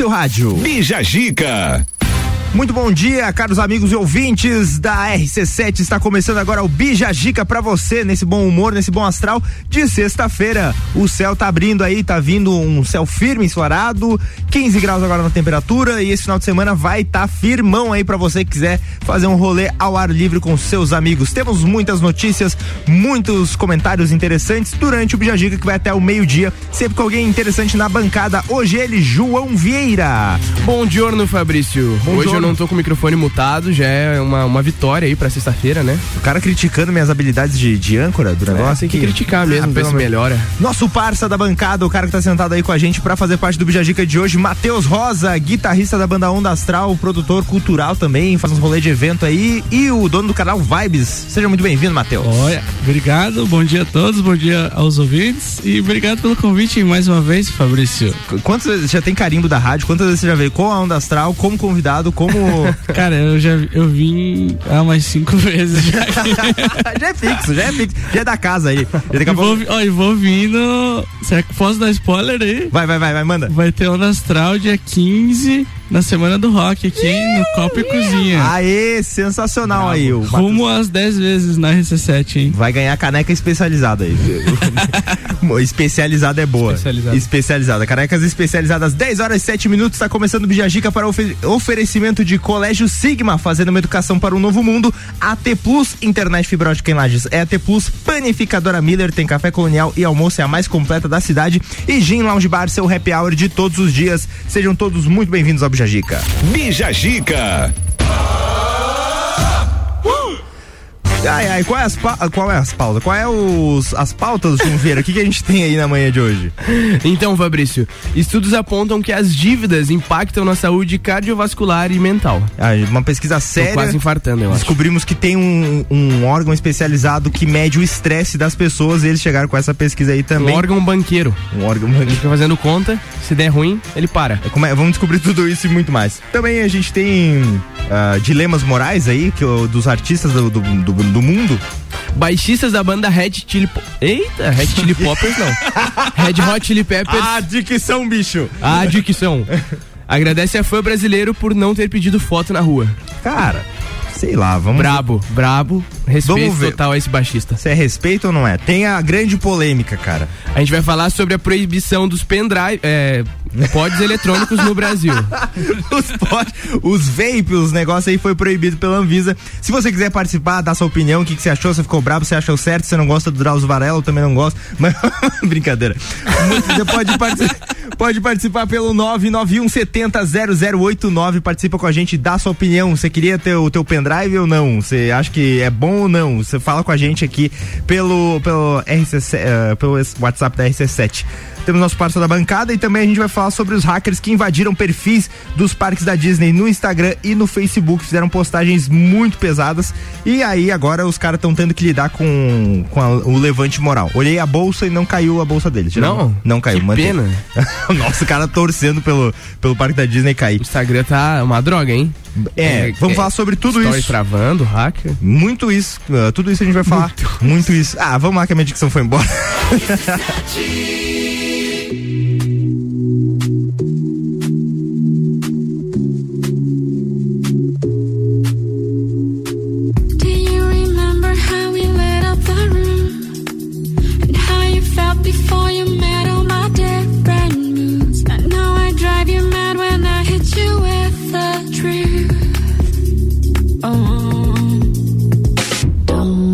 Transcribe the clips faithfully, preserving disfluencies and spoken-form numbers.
seu rádio. Bija Gica. Muito bom dia, caros amigos e ouvintes da R C sete. Está começando agora o Bija Gica pra você, nesse bom humor, nesse bom astral de sexta-feira. O céu tá abrindo aí, tá vindo um céu firme, ensolarado, quinze graus agora na temperatura, e esse final de semana vai estar tá firmão aí pra você que quiser fazer um rolê ao ar livre com seus amigos. Temos muitas notícias, muitos comentários interessantes durante o Bija Gica, que vai até o meio-dia, sempre com alguém interessante na bancada. Hoje ele, João Vieira. Bom giorno, Fabrício. Bom Hoje giorno. Eu não tô com o microfone mutado, já é uma, uma vitória aí pra sexta-feira, né? O cara criticando minhas habilidades de, de âncora do negócio. É, tem que, que criticar mesmo, ah, ver se melhora. Nosso parça da bancada, o cara que tá sentado aí com a gente pra fazer parte do Bija Gica de hoje, Matheus Rosa, guitarrista da banda Onda Astral, produtor cultural também, faz uns rolês de evento aí, e o dono do canal Vibes. Seja muito bem-vindo, Matheus. Olha, obrigado, bom dia a todos, bom dia aos ouvintes e obrigado pelo convite mais uma vez, Fabrício. Quantas vezes já tem carimbo da rádio? Quantas vezes você já veio com a Onda Astral, como convidado, como... Cara, eu já eu vim há mais cinco vezes já. Já é fixo, já é fixo. Já é da casa aí. E vou, ó, e vou vindo. Será que posso dar spoiler aí? Vai, vai, vai, vai, manda. Vai ter Onda Astral dia quinze, na Semana do Rock, aqui Iu, no Copa e Cozinha. Aê, sensacional. Bravo. Aí. O Rumo às dez vezes na R C sete, hein? Vai ganhar caneca especializada aí. Especializada é boa. Especializada. Especializada. Canecas especializadas, dez horas e sete minutos. Está começando o Bija Gica para ofer- oferecimento de Colégio Sigma, fazendo uma educação para um novo mundo. A T Plus, internet fibra ótica em Lages é a T Plus. Panificadora Miller tem café colonial e almoço é a mais completa da cidade. E Gin Lounge Bar, seu happy hour de todos os dias. Sejam todos muito bem-vindos ao Bija Gica. Bija Gica. Ai, ai, qual é as, pa- qual é as pautas? Qual é os, as pautas, João Vieira? O que, que a gente tem aí na manhã de hoje? Então, Fabrício, estudos apontam que as dívidas impactam na saúde cardiovascular e mental. Ah, uma pesquisa séria. Tô quase infartando, eu acho. Descobrimos que tem um, um órgão especializado que mede o estresse das pessoas, e eles chegaram com essa pesquisa aí também. Um órgão banqueiro. Um órgão Ele banqueiro. fica fazendo conta, se der ruim, ele para. É, como é, vamos descobrir tudo isso e muito mais. Também a gente tem uh, dilemas morais aí, que, uh, dos artistas do, do, do do mundo. Baixistas da banda Red Chili Pop... Eita, Red Chili Poppers não. Red Hot Chili Peppers. Ah, dicção, bicho. Ah, dicção. Agradece a fã brasileiro por não ter pedido foto na rua. Cara, sei lá, vamos... Brabo, brabo. Respeito Vamos ver. total a esse baixista. Se é respeito ou não é? Tem a grande polêmica, cara. A gente vai falar sobre a proibição dos pendrive, é, pods eletrônicos no Brasil. Os, pod, os vape, os negócios aí foi proibido pela Anvisa. Se você quiser participar, dar sua opinião, o que, que você achou, você ficou bravo, você achou certo, você não gosta do Drauzio Varela, eu também não gosto, mas brincadeira. Você pode, participar, pode participar pelo nove nove um sete zero zero zero oito nove, participa com a gente, dá sua opinião, você queria ter o teu pendrive ou não? Você acha que é bom ou não? Você fala com a gente aqui pelo, pelo, R C sete, uh, pelo WhatsApp da R C sete. Temos nosso parceiro da bancada e também a gente vai falar sobre os hackers que invadiram perfis dos parques da Disney no Instagram e no Facebook, fizeram postagens muito pesadas, e aí agora os caras estão tendo que lidar com, com a, o levante moral. Olhei a bolsa e não caiu a bolsa deles. Não? Não, não caiu. Que mantém. pena. Nossa, o cara torcendo pelo, pelo parque da Disney cair. O Instagram tá uma droga, hein? É, é vamos é, falar sobre tudo story isso. Travando, hacker. Muito isso, uh, tudo isso a gente vai falar. Muito, muito isso. Ah, vamos lá que a minha dicção foi embora.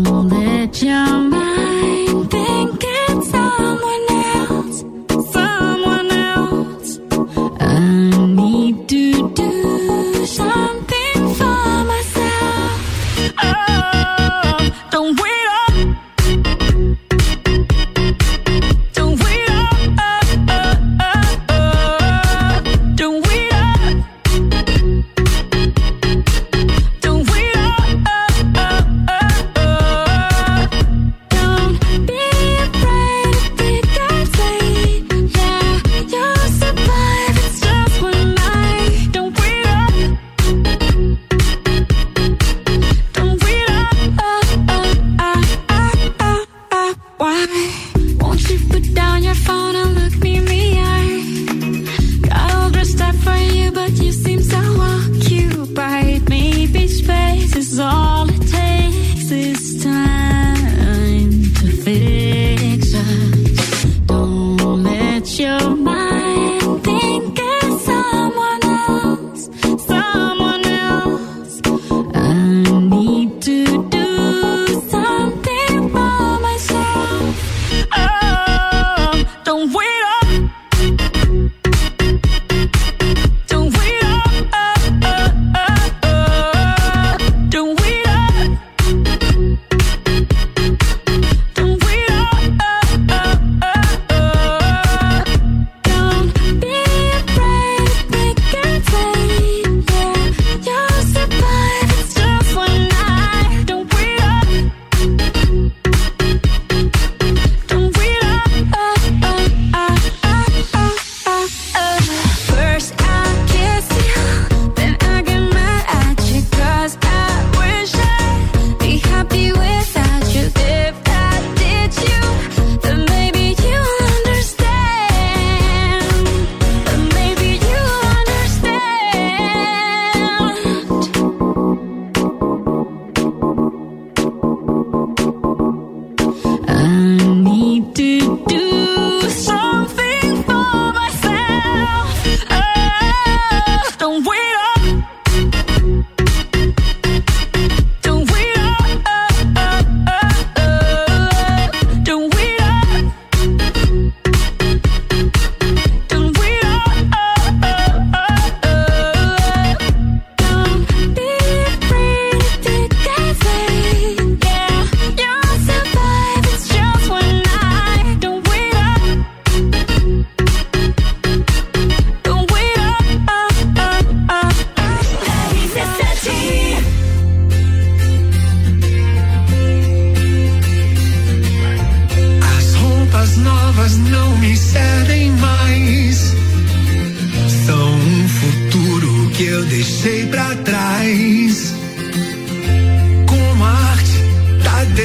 Your mind thinking someone else, some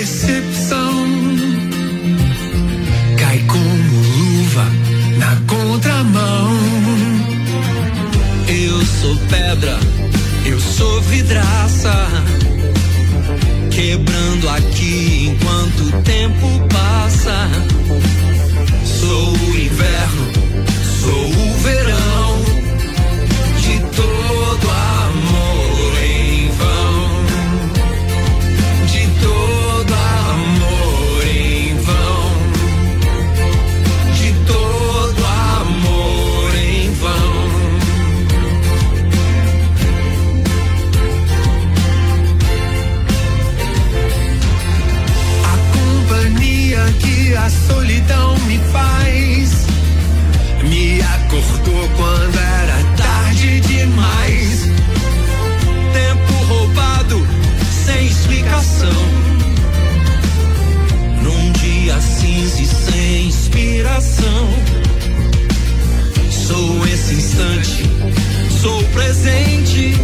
decepção cai como luva na contramão. Eu sou pedra, eu sou vidraça, quebrando aqui enquanto o tempo passa. Sou o inverno, sou o verão, de todo amor em vão, de todo amor em vão, de todo amor em vão. Que a solidão me faz, me acordou quando era tarde demais. Tempo roubado sem explicação, num dia cinza e sem inspiração. Sou esse instante, sou o presente.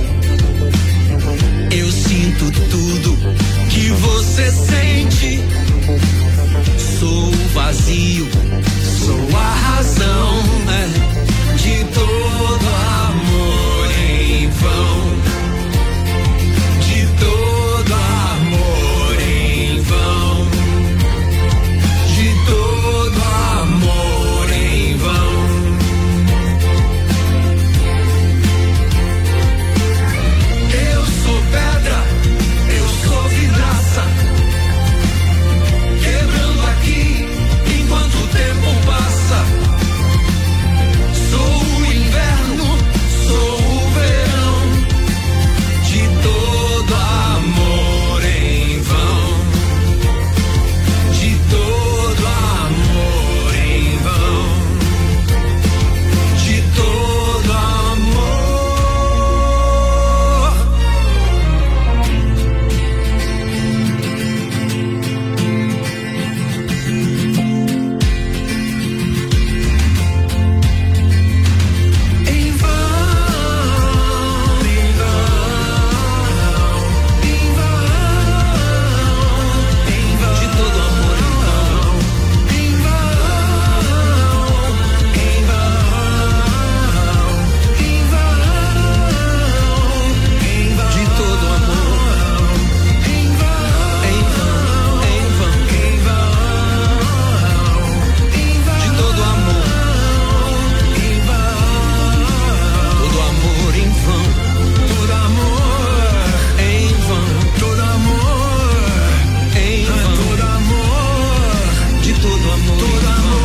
Eu sinto tudo que você sente. Sou o vazio, sou a razão, é, de todo amor em vão, de todo amor em vão, de todo amor em vão. Eu sou pedra, eu sou vidraça, quebrando aqui enquanto o tempo passa. Sou o inverno, sou o verão, de todo amor em vão, de todo amor em vão, de todo amor. Em vão, em vão, em vão, em vão, de todo amor em vão, em vão, em vão, em vão, em vão, de todo amor, em vão, em vão, em vão, em vão, de todo amor, em vão, todo amor em vão, todo amor em vão, todo amor em vão, todo amor, de todo amor, todo amor.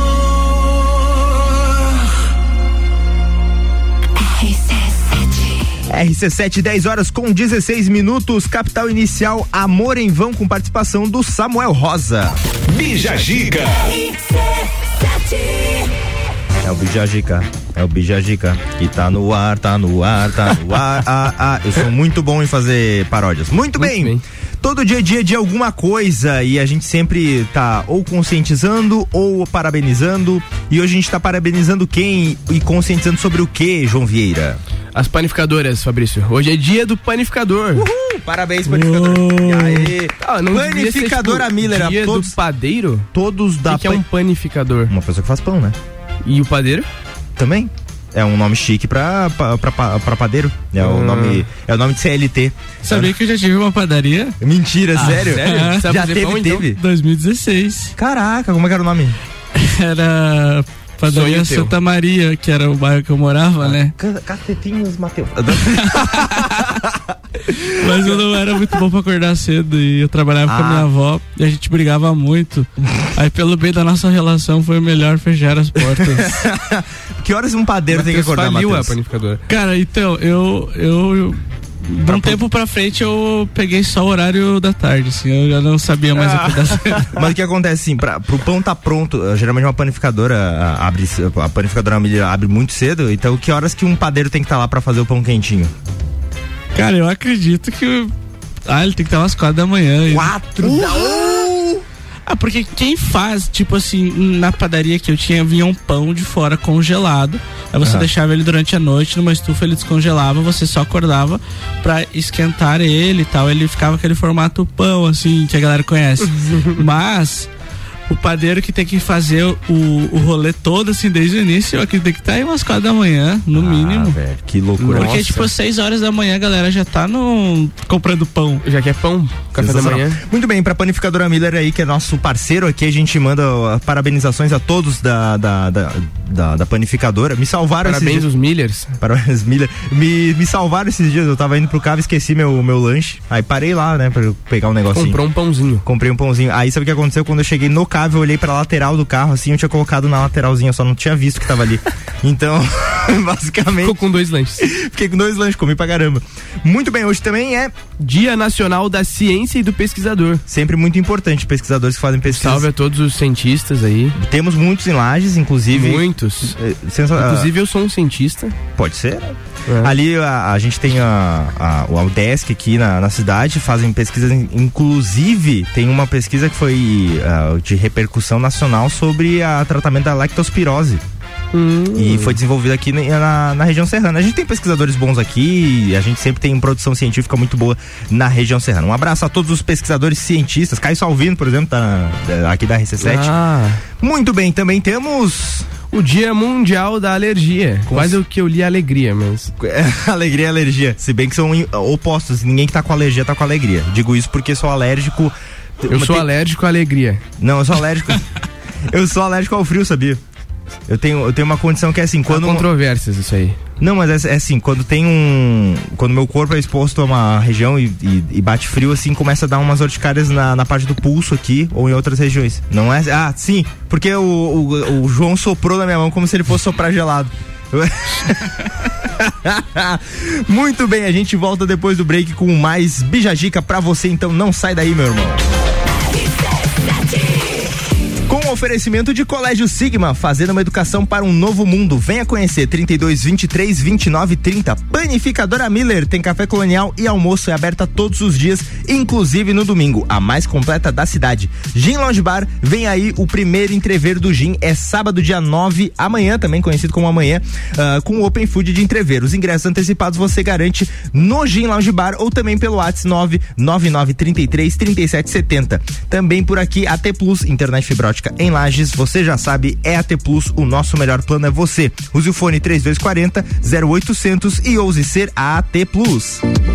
R C sete, dez horas com dezesseis minutos, capital inicial, Amor em Vão, com participação do Samuel Rosa. Bija Gica. É o Bijagica, é o Bijagica, que tá no ar, tá no ar, tá no ar, ah, ah. Eu sou muito bom em fazer paródias. Muito, Muito bem. bem. Todo dia é dia de alguma coisa e a gente sempre tá ou conscientizando ou parabenizando. E hoje a gente tá parabenizando quem e conscientizando sobre o que, João Vieira? As panificadoras, Fabrício. Hoje é dia do panificador. Uhul, parabéns, panificador. E aí? Ah, não devia ser, Panificadora tipo, Miller, dia todos, do padeiro? todos da O que, que é um panificador? Uma pessoa que faz pão, né? E o padeiro? Também. É um nome chique pra, pra, pra, pra, pra padeiro. É, o Hum. nome, é o nome de C L T. Sabia que eu já tive uma padaria? Mentira, sério? sério? Sabe Já fazer teve, pão, então? teve. dois mil e dezesseis. Caraca, como é que era o nome? Era padaria Sonho teu. Santa Maria, que era o bairro que eu morava, né? Cacetinhos Mateus. Mas eu não era muito bom pra acordar cedo e eu trabalhava com a Ah. minha avó e a gente brigava muito. Aí, pelo bem da nossa relação, foi melhor fechar as portas. Que horas um padeiro tem que Matheus acordar, faliu Matheus? a panificadora. Cara, então, eu. eu, eu de um tempo pra frente eu peguei só o horário da tarde, assim, eu já não sabia mais acordar cedo. Mas o que acontece, assim, pra, pro pão tá pronto, uh, geralmente uma panificadora uh, abre, a panificadora abre muito cedo, então que horas que um padeiro tem que estar lá pra fazer o pão quentinho? Cara, eu acredito que. Ah, ele tem que estar umas quatro da manhã. e- Quatro da... Uh! Ah, porque quem faz, tipo assim, na padaria que eu tinha, vinha um pão de fora congelado. Aí você uhum. deixava ele durante a noite numa estufa, ele descongelava, você só acordava pra esquentar ele e tal. Ele ficava aquele formato pão, assim, que a galera conhece. Mas o padeiro que tem que fazer o, o rolê todo, assim, desde o início, aqui tem que estar aí umas quatro da manhã, no ah, mínimo. Velho, que loucura. Porque, Nossa. tipo, seis horas da manhã a galera já tá no, comprando pão. Já quer pão, café da manhã. Muito bem, pra Panificadora Miller aí, que é nosso parceiro aqui, a gente manda uh, parabenizações a todos da, da, da, da, da Panificadora. Me salvaram Parabéns esses dias. Os Millers. Parabéns, Miller. Me, me salvaram esses dias, eu tava indo pro carro, esqueci meu, meu lanche. Aí parei lá, né, pra eu pegar um negocinho. Comprou um pãozinho. Comprei um pãozinho. Aí sabe o que aconteceu? Quando eu cheguei no carro, eu olhei pra lateral do carro, assim, eu tinha colocado na lateralzinha, eu só não tinha visto que tava ali. Então, basicamente... Ficou com dois lanches. Fiquei com dois lanches, comi pra caramba. Muito bem, hoje também é Dia Nacional da Ciência e do Pesquisador. Sempre muito importante, pesquisadores que fazem pesquisa. Salve a todos os cientistas aí. Temos muitos em Lages, inclusive. Muitos. É, sensa... Inclusive eu sou um cientista. Pode ser. É. Ali a, a gente tem a, a, o Udesc aqui na, na cidade, fazem pesquisas, inclusive tem uma pesquisa que foi uh, de repercussão nacional sobre o tratamento da lactospirose. Hum. E foi desenvolvida aqui na, na região serrana. A gente tem pesquisadores bons aqui, a gente sempre tem produção científica muito boa na região serrana. Um abraço a todos os pesquisadores cientistas. Caio Salvino, por exemplo, tá aqui da R C sete. Ah. Muito bem, também temos o Dia Mundial da Alergia. Quase o que eu li alegria, mas... Alegria e alergia. Se bem que são opostos. Ninguém que tá com alergia tá com alegria. Digo isso porque sou alérgico... Eu sou tem... alérgico à alegria. Não, eu sou alérgico... eu sou alérgico ao frio, sabia? Eu tenho, eu tenho uma condição que é assim, quando... Há controvérsias isso aí. Não, mas é, é assim, quando tem um... Quando meu corpo é exposto a uma região e, e, e bate frio, assim, começa a dar umas urticárias na, na parte do pulso aqui ou em outras regiões. Não é... Ah, sim, porque o, o, o João soprou na minha mão como se ele fosse soprar gelado. Muito bem, a gente volta depois do break com mais Bijagica pra você, então não sai daí, meu irmão. Com oferecimento de Colégio Sigma, fazendo uma educação para um novo mundo. Venha conhecer. Trinta e dois, vinte e três, vinte e nove, trinta. Panificadora Miller tem café colonial e almoço é aberta todos os dias, inclusive no domingo, a mais completa da cidade. Gin Lounge Bar, vem aí o primeiro entrever do Gin, é sábado dia nove, amanhã, também conhecido como amanhã, uh, com Open Food de entrever. Os ingressos antecipados você garante no Gin Lounge Bar ou também pelo WhatsApp nove nove nove, trinta e três, trinta e sete, setenta. Também por aqui a T Plus, internet fibra ótica em Lages, você já sabe, é a T Plus, o nosso melhor plano é você. Use o fone trinta e dois quarenta, zero oitocentos e ouse ser a AT Plus.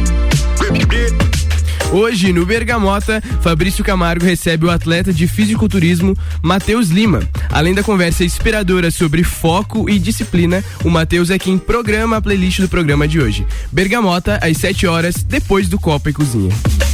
Hoje, no Bergamota, Fabrício Camargo recebe o atleta de fisiculturismo Matheus Lima. Além da conversa inspiradora sobre foco e disciplina, o Matheus é quem programa a playlist do programa de hoje. Bergamota, às sete horas, depois do Copa e Cozinha.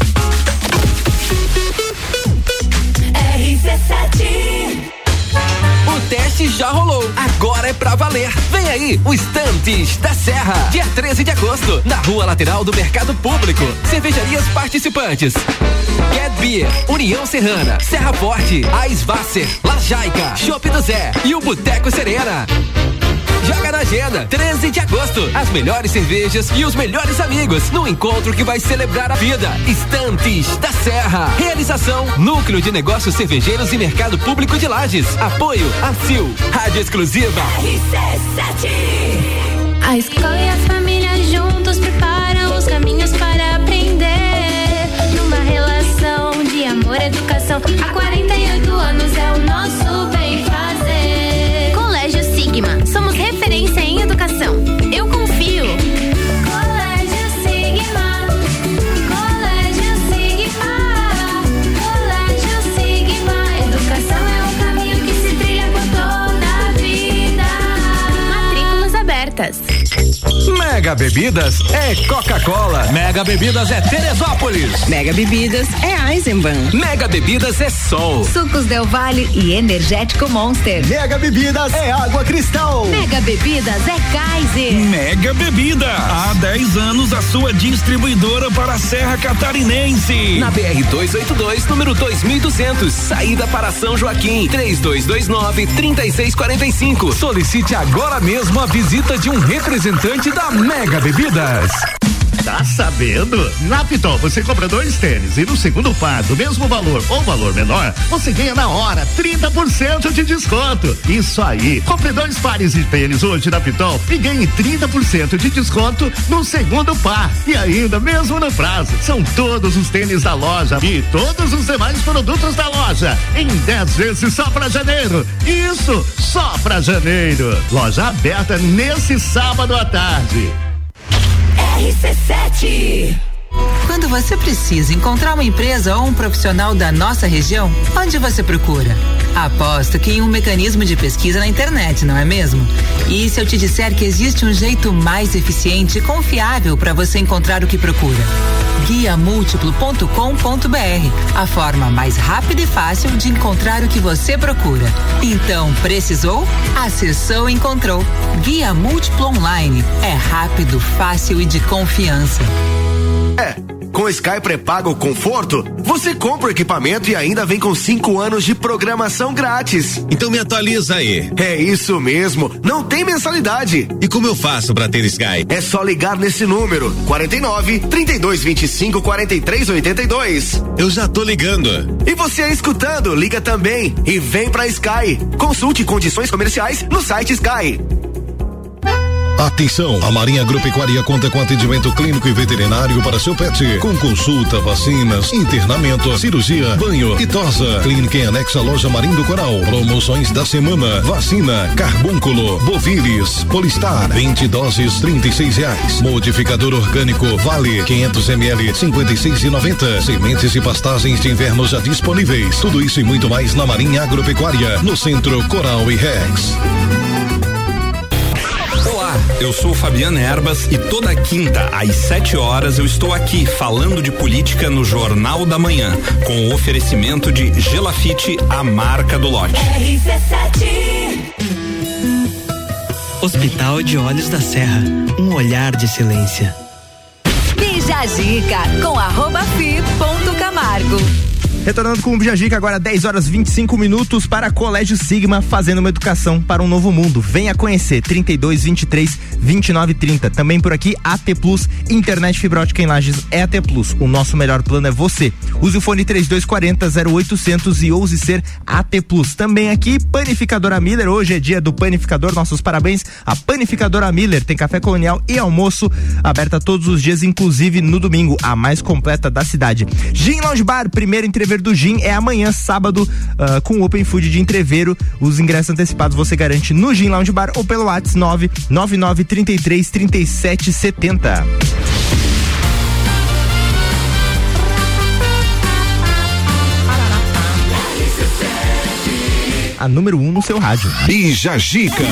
R C sete. O teste já rolou, agora é pra valer. Vem aí, o Estantes da Serra, dia treze de agosto, na rua lateral do Mercado Público. Cervejarias participantes: Get Beer, União Serrana, Serra Forte, Eisvasser, La Jaica, Chopp do Zé e o Boteco Serena. Joga na agenda, treze de agosto, as melhores cervejas e os melhores amigos no encontro que vai celebrar a vida. Estantes da Serra. Realização: Núcleo de Negócios Cervejeiros e Mercado Público de Lages. Apoio: A C I L, Rádio Exclusiva. R C sete. A escola e a família juntos preparam os caminhos para aprender. Numa relação de amor e educação, há quarenta e oito anos é o nosso bem fazer. Colégio Sigma, somos referência em educação. Eu confio. Colégio Sigma, Colégio Sigma, Colégio Sigma. Educação é um caminho que se trilha por toda a vida. Matrículas abertas. Mega Bebidas é Coca-Cola. Mega Bebidas é Teresópolis. Mega Bebidas é Eisenbahn. Mega Bebidas é Sol. Sucos Del Valle e Energético Monster. Mega Bebidas é Água Cristal. Mega Bebidas é Kaiser. Mega Bebidas, há dez anos a sua distribuidora para a Serra Catarinense. Na B R duzentos e oitenta e dois, número dois mil e duzentos, saída para São Joaquim. Três dois dois nove, três seis quatro cinco. Solicite agora mesmo a visita de um representante da Mega Bebidas. Tá sabendo? Na Pitol você compra dois tênis e no segundo par do mesmo valor ou valor menor, você ganha na hora trinta por cento de desconto. Isso aí. Compre dois pares de tênis hoje na Pitol e ganhe trinta por cento de desconto no segundo par. E ainda mesmo no prazo. São todos os tênis da loja e todos os demais produtos da loja em dez vezes só pra janeiro. Isso, só pra janeiro. Loja aberta nesse sábado à tarde. R C sete. Quando você precisa encontrar uma empresa ou um profissional da nossa região, onde você procura? Aposto que em um mecanismo de pesquisa na internet, não é mesmo? E se eu te disser que existe um jeito mais eficiente e confiável para você encontrar o que procura? guia múltiplo ponto com ponto br, a forma mais rápida e fácil de encontrar o que você procura. Então, precisou? Acessou e encontrou. Guia Múltiplo Online. É rápido, fácil e de confiança. É, com Sky Pré-Pago Conforto, você compra o equipamento e ainda vem com cinco anos de programação grátis. Então me atualiza aí. É isso mesmo, não tem mensalidade. E como eu faço pra ter Sky? É só ligar nesse número, quarenta e nove, trinta e dois, vinte e cinco, quarenta e três, oitenta e dois. Eu já tô ligando. E você aí escutando, liga também e vem pra Sky. Consulte condições comerciais no site Sky. Atenção, a Marinha Agropecuária conta com atendimento clínico e veterinário para seu pet, com consulta, vacinas, internamento, cirurgia, banho e tosa. Clínica em anexo à loja Marinho do Coral. Promoções da semana: vacina, carbúnculo, boviris, Polistar, vinte doses, trinta e seis reais. Modificador orgânico Vale, quinhentos mililitros, cinquenta e seis e noventa. Sementes e pastagens de inverno já disponíveis. Tudo isso e muito mais na Marinha Agropecuária, no Centro Coral e Rex. Olá, eu sou Fabiana Erbas e toda quinta às sete horas eu estou aqui falando de política no Jornal da Manhã, com o oferecimento de Gelafite, a marca do lote. R C sete. Hospital de Olhos da Serra, um olhar de excelência. Bija a dica com arroba fi ponto camargo. Retornando com o Bijagica, agora dez horas e vinte e cinco minutos para Colégio Sigma, fazendo uma educação para um novo mundo. Venha conhecer, trinta e dois, vinte e três, vinte e nove, trinta. Também por aqui, A T Plus, internet fibra ótica em Lages é A T Plus. O nosso melhor plano é você. Use o fone trinta e dois quarenta, zero oitocentos e ouse ser A T Plus. Também aqui, Panificadora Miller, hoje é dia do panificador, nossos parabéns à Panificadora Miller. Tem café colonial e almoço, aberta todos os dias, inclusive no domingo, a mais completa da cidade. Gin Lounge Bar, primeiro entrever do Gin é amanhã, sábado, uh, com Open Food de entreveiro. Os ingressos antecipados você garante no Gin Lounge Bar ou pelo WhatsApp nove nove nove, trinta e três, trinta e sete, setenta. A número um no seu rádio. Bijagica.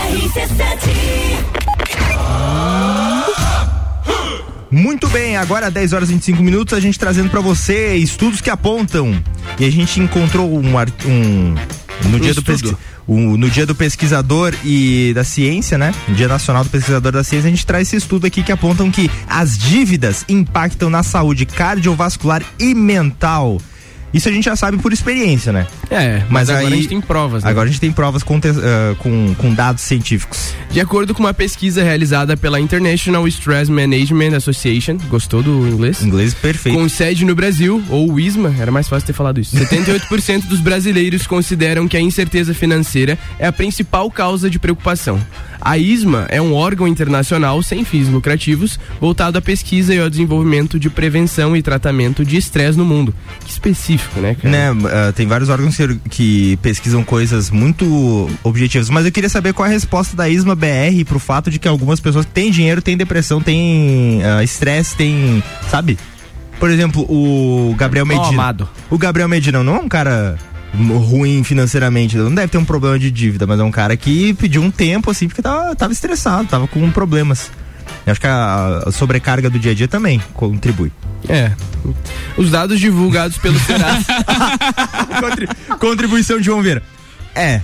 Muito bem, agora dez horas e vinte e cinco minutos, a gente trazendo pra você estudos que apontam. E a gente encontrou um, um no, dia do pesqui, um, no dia do pesquisador e da ciência, né? No Dia Nacional do Pesquisador da Ciência, a gente traz esse estudo aqui que apontam que as dívidas impactam na saúde cardiovascular e mental. Isso a gente já sabe por experiência, né? É, mas, mas agora aí, a gente tem provas, né? Agora a gente tem provas com, uh, com, com dados científicos. De acordo com uma pesquisa realizada pela International Stress Management Association, gostou do inglês? Inglês perfeito. Com sede no Brasil, ou o ISMA, era mais fácil ter falado isso. setenta e oito por cento dos brasileiros consideram que a incerteza financeira é a principal causa de preocupação. A ISMA é um órgão internacional sem fins lucrativos voltado à pesquisa e ao desenvolvimento de prevenção e tratamento de estresse no mundo. Que específico, né, cara? Né, uh, tem vários órgãos que, que pesquisam coisas muito objetivas, mas eu queria saber qual é a resposta da ISMA B R pro fato de que algumas pessoas que têm dinheiro, têm depressão, têm estresse, uh, têm, sabe? Por exemplo, o Gabriel Medina. Amado. O Gabriel Medina não é um cara ruim financeiramente, não deve ter um problema de dívida, mas é um cara que pediu um tempo assim porque tava, tava estressado, tava com problemas. Eu acho que a, a sobrecarga do dia a dia também contribui. É. Os dados divulgados pelo Serasa. Contribuição de João Vieira. É.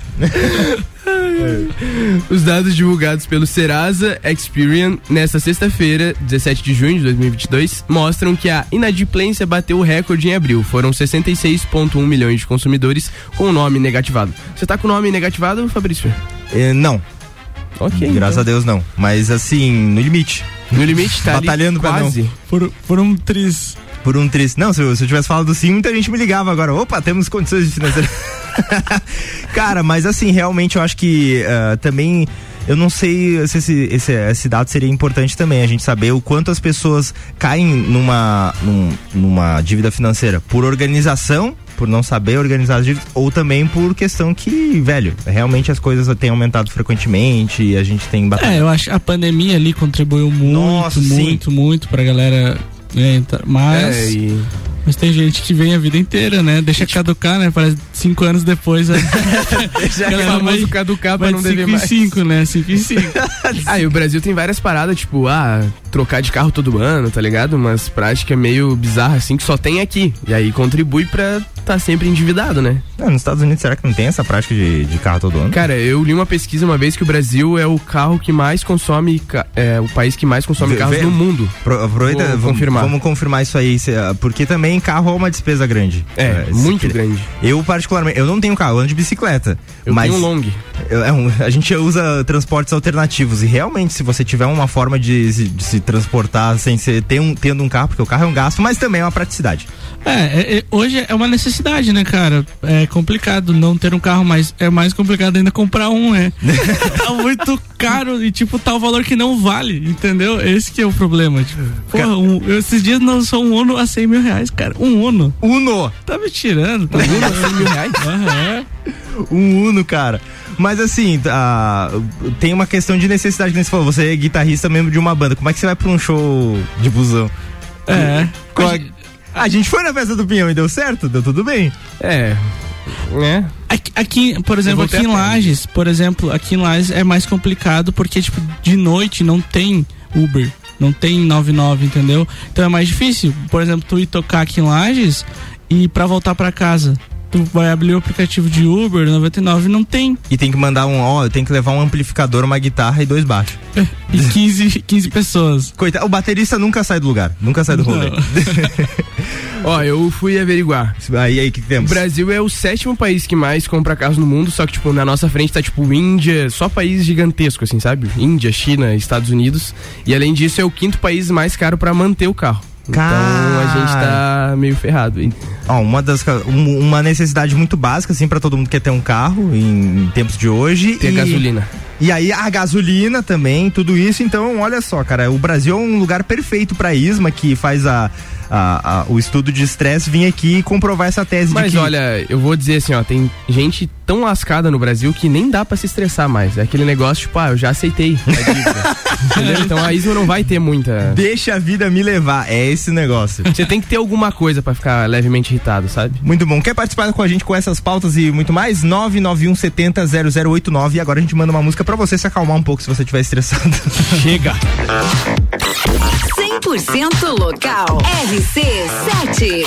Os dados divulgados pelo Serasa Experian nesta sexta-feira, dezessete de junho de dois mil e vinte e dois, mostram que a inadimplência bateu o recorde em abril. Foram sessenta e seis vírgula um milhões de consumidores com o nome negativado. Você tá com o nome negativado, Fabrício? É, não. Ok. Graças então. a Deus não. Mas assim, no limite. No limite, tá batalhando ali, quase. pra não. Por, por um tris. Por um tris. Não, se eu, se eu tivesse falado sim, muita gente me ligava agora. Opa, temos condições de financeira. Cara, mas assim, realmente eu acho que uh, também. Eu não sei se esse, esse, esse dado seria importante também, a gente saber o quanto as pessoas caem numa, num, numa dívida financeira por organização, por não saber organizar as dívidas, ou também por questão que, velho, realmente as coisas têm aumentado frequentemente e a gente tem batalha. É, eu acho que a pandemia ali contribuiu muito, Nossa, muito, sim. muito pra galera, né, mas... É, e... Mas tem gente que vem a vida inteira, né? Deixa caducar, né? Parece cinco anos depois. Né? Deixa o famoso caducar pra não dever mais. cinco em cinco, né? cinco em cinco. Ah, e o Brasil tem várias paradas, tipo, ah, trocar de carro todo ano, tá ligado? Umas práticas meio bizarras, assim, que só tem aqui. E aí contribui pra tá sempre endividado, né? Não, nos Estados Unidos, será que não tem essa prática de, de carro todo ano? Cara, eu li uma pesquisa uma vez que o Brasil é o carro que mais consome, é o país que mais consome Vê, carros no mundo. Pro, aproveita, vamos confirmar. Vamos confirmar isso aí, porque também carro é uma despesa grande. É, é muito grande. Eu particularmente, eu não tenho carro, eu ando de bicicleta. Eu mas tenho um long. Eu, é um, a gente usa transportes alternativos e realmente se você tiver uma forma de, de se transportar sem ser ter um, tendo um carro, porque o carro é um gasto, mas também é uma praticidade. É, é, é, hoje é uma necessidade, né, cara? É complicado não ter um carro, mas é mais complicado ainda comprar um, né? Tá muito caro e, tipo, tá o valor que não vale, entendeu? Esse que é o problema. Tipo, porra, um, eu, esses dias não sou um Uno a cem mil reais, cara. Um Uno. Uno! Tá me tirando, tá? Um Uno a cem mil reais? Aham. Um Uno, cara. Mas assim, uh, tem uma questão de necessidade, que você falou, você é guitarrista mesmo de uma banda. Como é que você vai pra um show de busão? É. Com a... A gente foi na festa do Pinhão e deu certo? Deu tudo bem? É. É. Aqui, aqui, por exemplo, aqui em Lages, por exemplo, aqui em Lages é mais complicado porque, tipo, de noite não tem Uber, não tem noventa e nove, entendeu? Então é mais difícil, por exemplo, tu ir tocar aqui em Lages e pra voltar pra casa. Tu vai abrir o aplicativo de Uber, noventa e nove não tem. E tem que mandar um, ó, tem que levar um amplificador, uma guitarra e dois baixos. E quinze, quinze pessoas. Coitado, o baterista nunca sai do lugar, nunca sai do rolê. Ó, eu fui averiguar. Aí, aí, que temos? O Brasil é o sétimo país que mais compra carros no mundo, só que, tipo, na nossa frente tá, tipo, Índia, só país gigantesco, assim, sabe? Índia, China, Estados Unidos. E, além disso, é o quinto país mais caro pra manter o carro. Então a gente tá meio ferrado. Ó, uma das um, uma necessidade muito básica assim para todo mundo que quer ter um carro em, em tempos de hoje. Ter e, gasolina. E aí a gasolina também, tudo isso. Então, olha só, cara, o Brasil é um lugar perfeito para Isma, que faz a A, a, o estudo de estresse, vir aqui e comprovar essa tese. Mas de que... olha, eu vou dizer assim, ó, tem gente tão lascada no Brasil que nem dá pra se estressar mais. É aquele negócio, tipo, ah, eu já aceitei a dívida. Entendeu? Então a Isma não vai ter muita... Deixa a vida me levar, é esse negócio. Você tem que ter alguma coisa pra ficar levemente irritado, sabe? Muito bom. Quer participar com a gente com essas pautas e muito mais? nove nove um sete zero zero zero oito nove. E agora a gente manda uma música pra você se acalmar um pouco se você estiver estressado. Chega! cem por cento local. R C sete.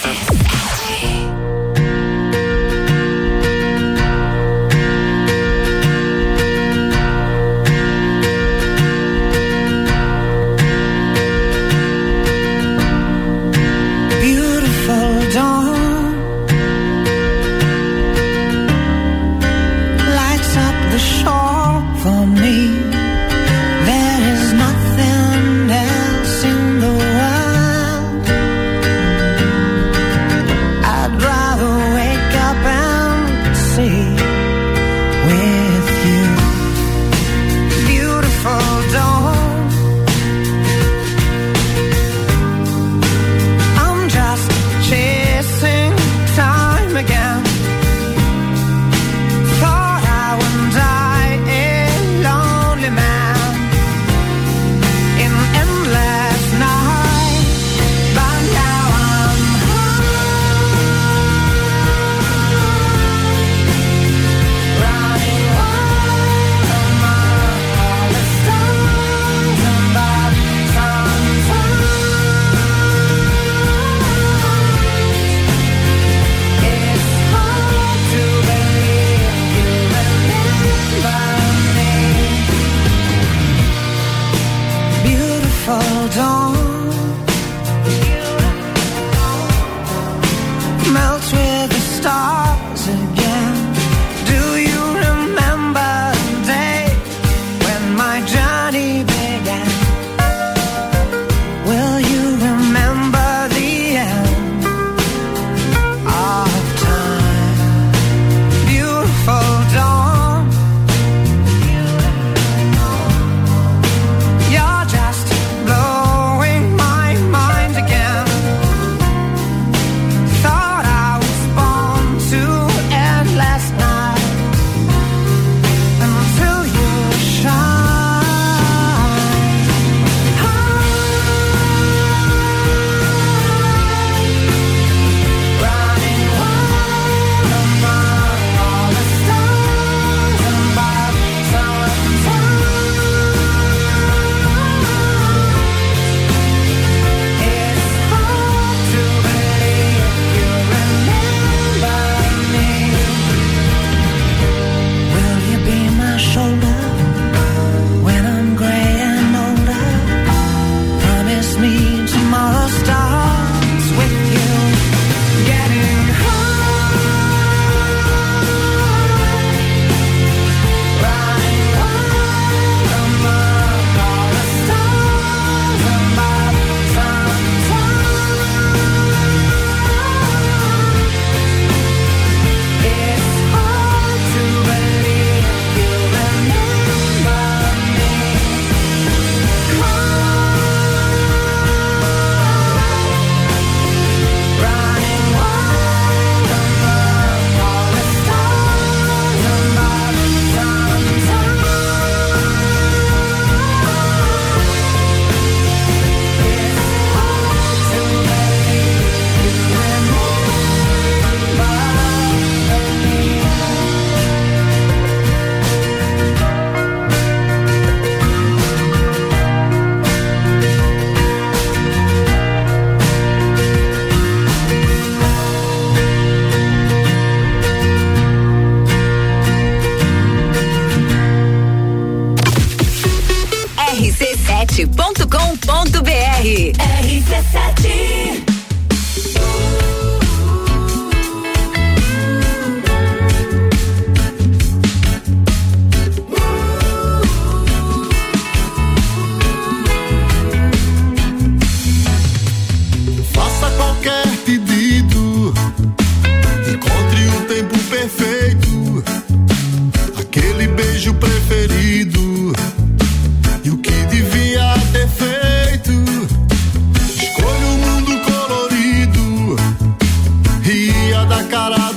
Beautiful dawn lights up the shore for me. There is nothing else in the world.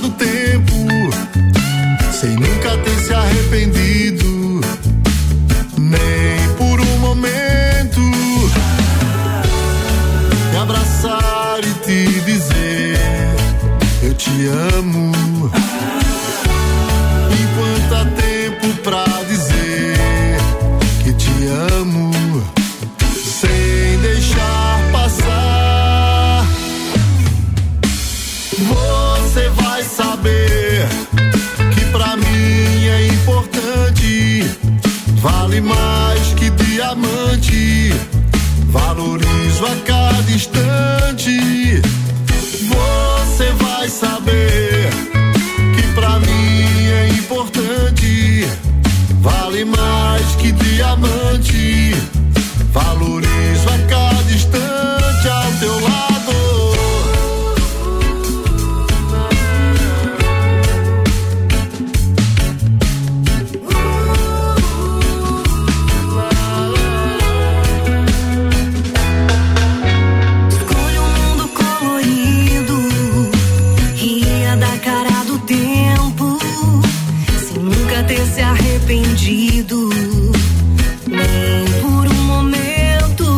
do tempo, sem nunca ter se arrependido, nem por um momento. Me abraçar e te dizer eu te amo, enquanto há tempo pra dizer que te amo, sem deixar passar. Você vai saber que pra mim é importante, vale mais que diamante, valorizo a cada instante. Você vai saber que pra mim é importante, vale mais que diamante, valorizo a cada instante ao teu lado. Ter se arrependido, nem por um momento,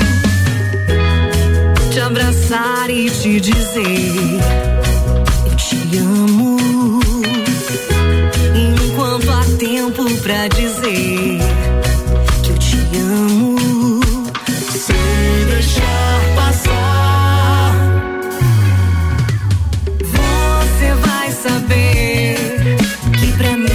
te abraçar e te dizer eu te amo, enquanto há tempo pra dizer que eu te amo, sem deixar passar. Você vai saber que pra mim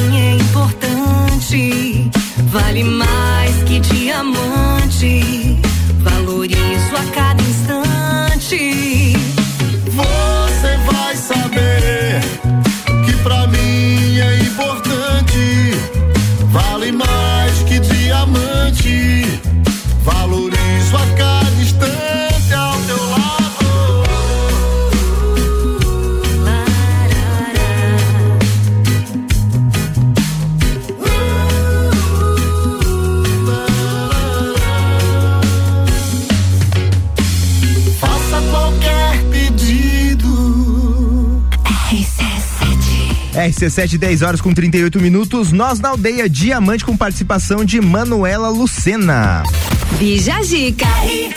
vale mais que diamante, valorizo a cada instante. Você vai saber que pra mim é importante, vale mais que diamante, valorizo a cada instante ao teu lado. R C sete, dez horas com trinta e oito minutos. Nós na Aldeia Diamante, com participação de Manuela Lucena. Bija Zica.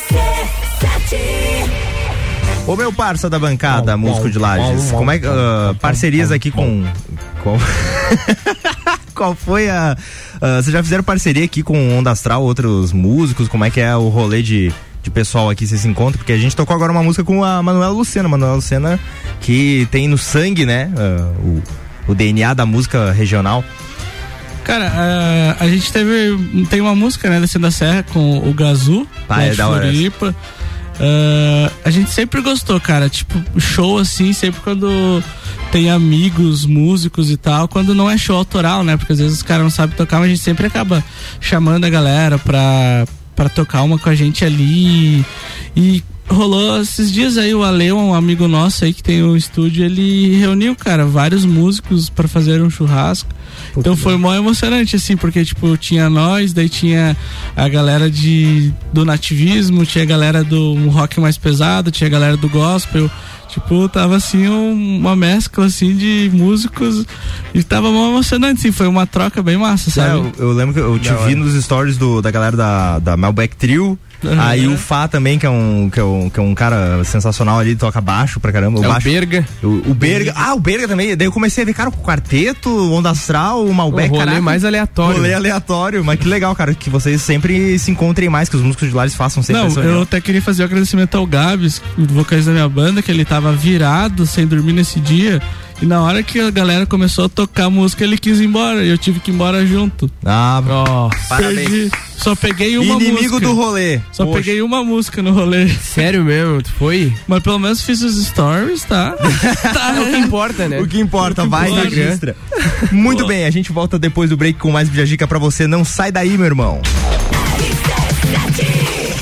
Ô meu parça da bancada, bom, músico bom, de Lages, bom, como é que uh, parcerias bom, aqui bom. com qual, qual foi a uh, vocês já fizeram parceria aqui com Onda Astral, outros músicos? Como é que é o rolê de de pessoal aqui, vocês se encontram? Porque a gente tocou agora uma música com a Manuela Lucena, Manuela Lucena que tem no sangue, né, uh, o, o D N A da música regional. Cara, a, a gente teve, tem uma música, né, Descendo a Serra com o Gazu, ah, é, de Floripa. Uh, a gente sempre gostou, cara, tipo, show assim, sempre quando tem amigos, músicos e tal, quando não é show autoral, né, porque às vezes os caras não sabem tocar, mas a gente sempre acaba chamando a galera pra pra tocar uma com a gente ali. E rolou esses dias aí, o Ale, um amigo nosso aí que tem um estúdio, ele reuniu, cara, vários músicos pra fazer um churrasco. Puta, então foi mó emocionante, assim, porque, tipo, tinha nós, daí tinha a galera de, do nativismo, tinha a galera do rock mais pesado, tinha a galera do gospel. Tipo, tava assim um, uma mescla assim de músicos e tava mó emocionante, assim, foi uma troca bem massa, sabe? É, eu, eu lembro que eu te vi nos stories do, da galera da, da Malbec Trio. Uhum. Aí o Fá também, que é um, que é um, que é um cara sensacional ali, toca baixo pra caramba. O, é baixo, o Berga. O, o Berga. Ah, o Berga também. Daí eu comecei a ver, cara, o quarteto, o Onda Astral, o Malbec. O rolê caraca, mais aleatório. Rolê aleatório, mas que legal, cara, que vocês sempre se encontrem mais, que os músicos de Lares façam sempre. Não, eu até queria fazer o um agradecimento ao Gabs, o vocalista da minha banda, que ele tava virado, sem dormir nesse dia. E na hora que a galera começou a tocar a música, ele quis ir embora. E eu tive que ir embora junto. Ah, oh, parabéns. Só peguei uma Inimigo música. Inimigo do rolê. Só Poxa. peguei uma música no rolê. Sério mesmo? Tu foi? Mas pelo menos fiz os stories, tá? Tá, é o que importa, né? O que importa, o que vai importa. e registra. Muito bem, a gente volta depois do break com mais Bijagica pra você. Não sai daí, meu irmão. Com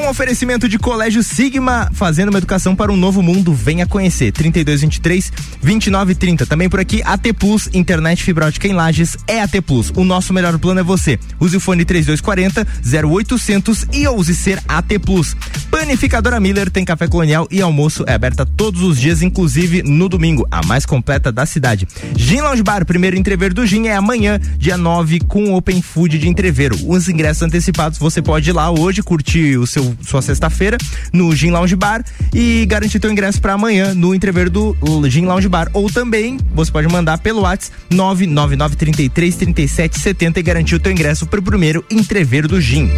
oferecimento de Colégio Sigma, fazendo uma educação para um novo mundo. Venha conhecer. trinta e dois, vinte e três, vinte e nove, trinta. Também por aqui, A T Plus, internet fibra ótica em Lages, é A T Plus. O nosso melhor plano é você. Use o fone trinta e dois quarenta, zero oitocentos e ouse ser A T Plus. Panificadora Miller tem café colonial e almoço é aberta todos os dias, inclusive no domingo, a mais completa da cidade. Gin Lounge Bar, primeiro entrever do Gin é amanhã, dia nove, com Open Food de entreveiro. Os ingressos antecipados, você pode ir lá hoje, curtir o seu, sua sexta-feira no Gin Lounge Bar e garantir teu ingresso para amanhã no entrever do Gin Lounge Bar. Ou também, você pode mandar pelo WhatsApp nove nove nove, trinta e três, trinta e sete, setenta e garantir o teu ingresso para o primeiro entrever do Gin.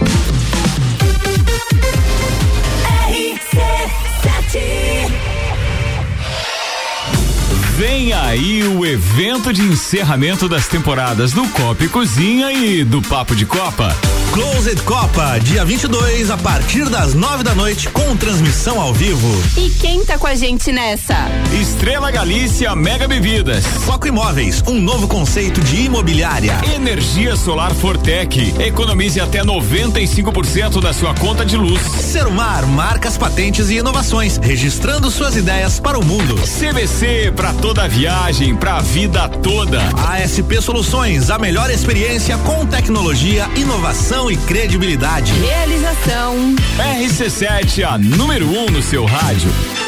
Vem aí o evento de encerramento das temporadas do Copa e Cozinha e do Papo de Copa. Closed Copa, dia vinte e dois, a partir das nove da noite, com transmissão ao vivo. E quem tá com a gente nessa? Estrela Galícia Mega Bebidas. Foco Imóveis, um novo conceito de imobiliária. Energia Solar Fortec, economize até noventa e cinco por cento da sua conta de luz. Serumar, marcas, patentes e inovações, registrando suas ideias para o mundo. C V C, pra toda a viagem, pra vida toda. A S P Soluções, a melhor experiência com tecnologia, inovação e credibilidade. Realização R C sete, a número um no seu rádio.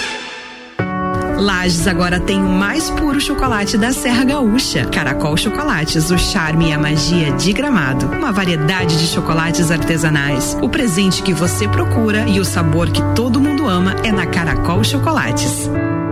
Lages agora tem o mais puro chocolate da Serra Gaúcha. Caracol Chocolates, o charme e a magia de Gramado. Uma variedade de chocolates artesanais. O presente que você procura e o sabor que todo mundo ama é na Caracol Chocolates.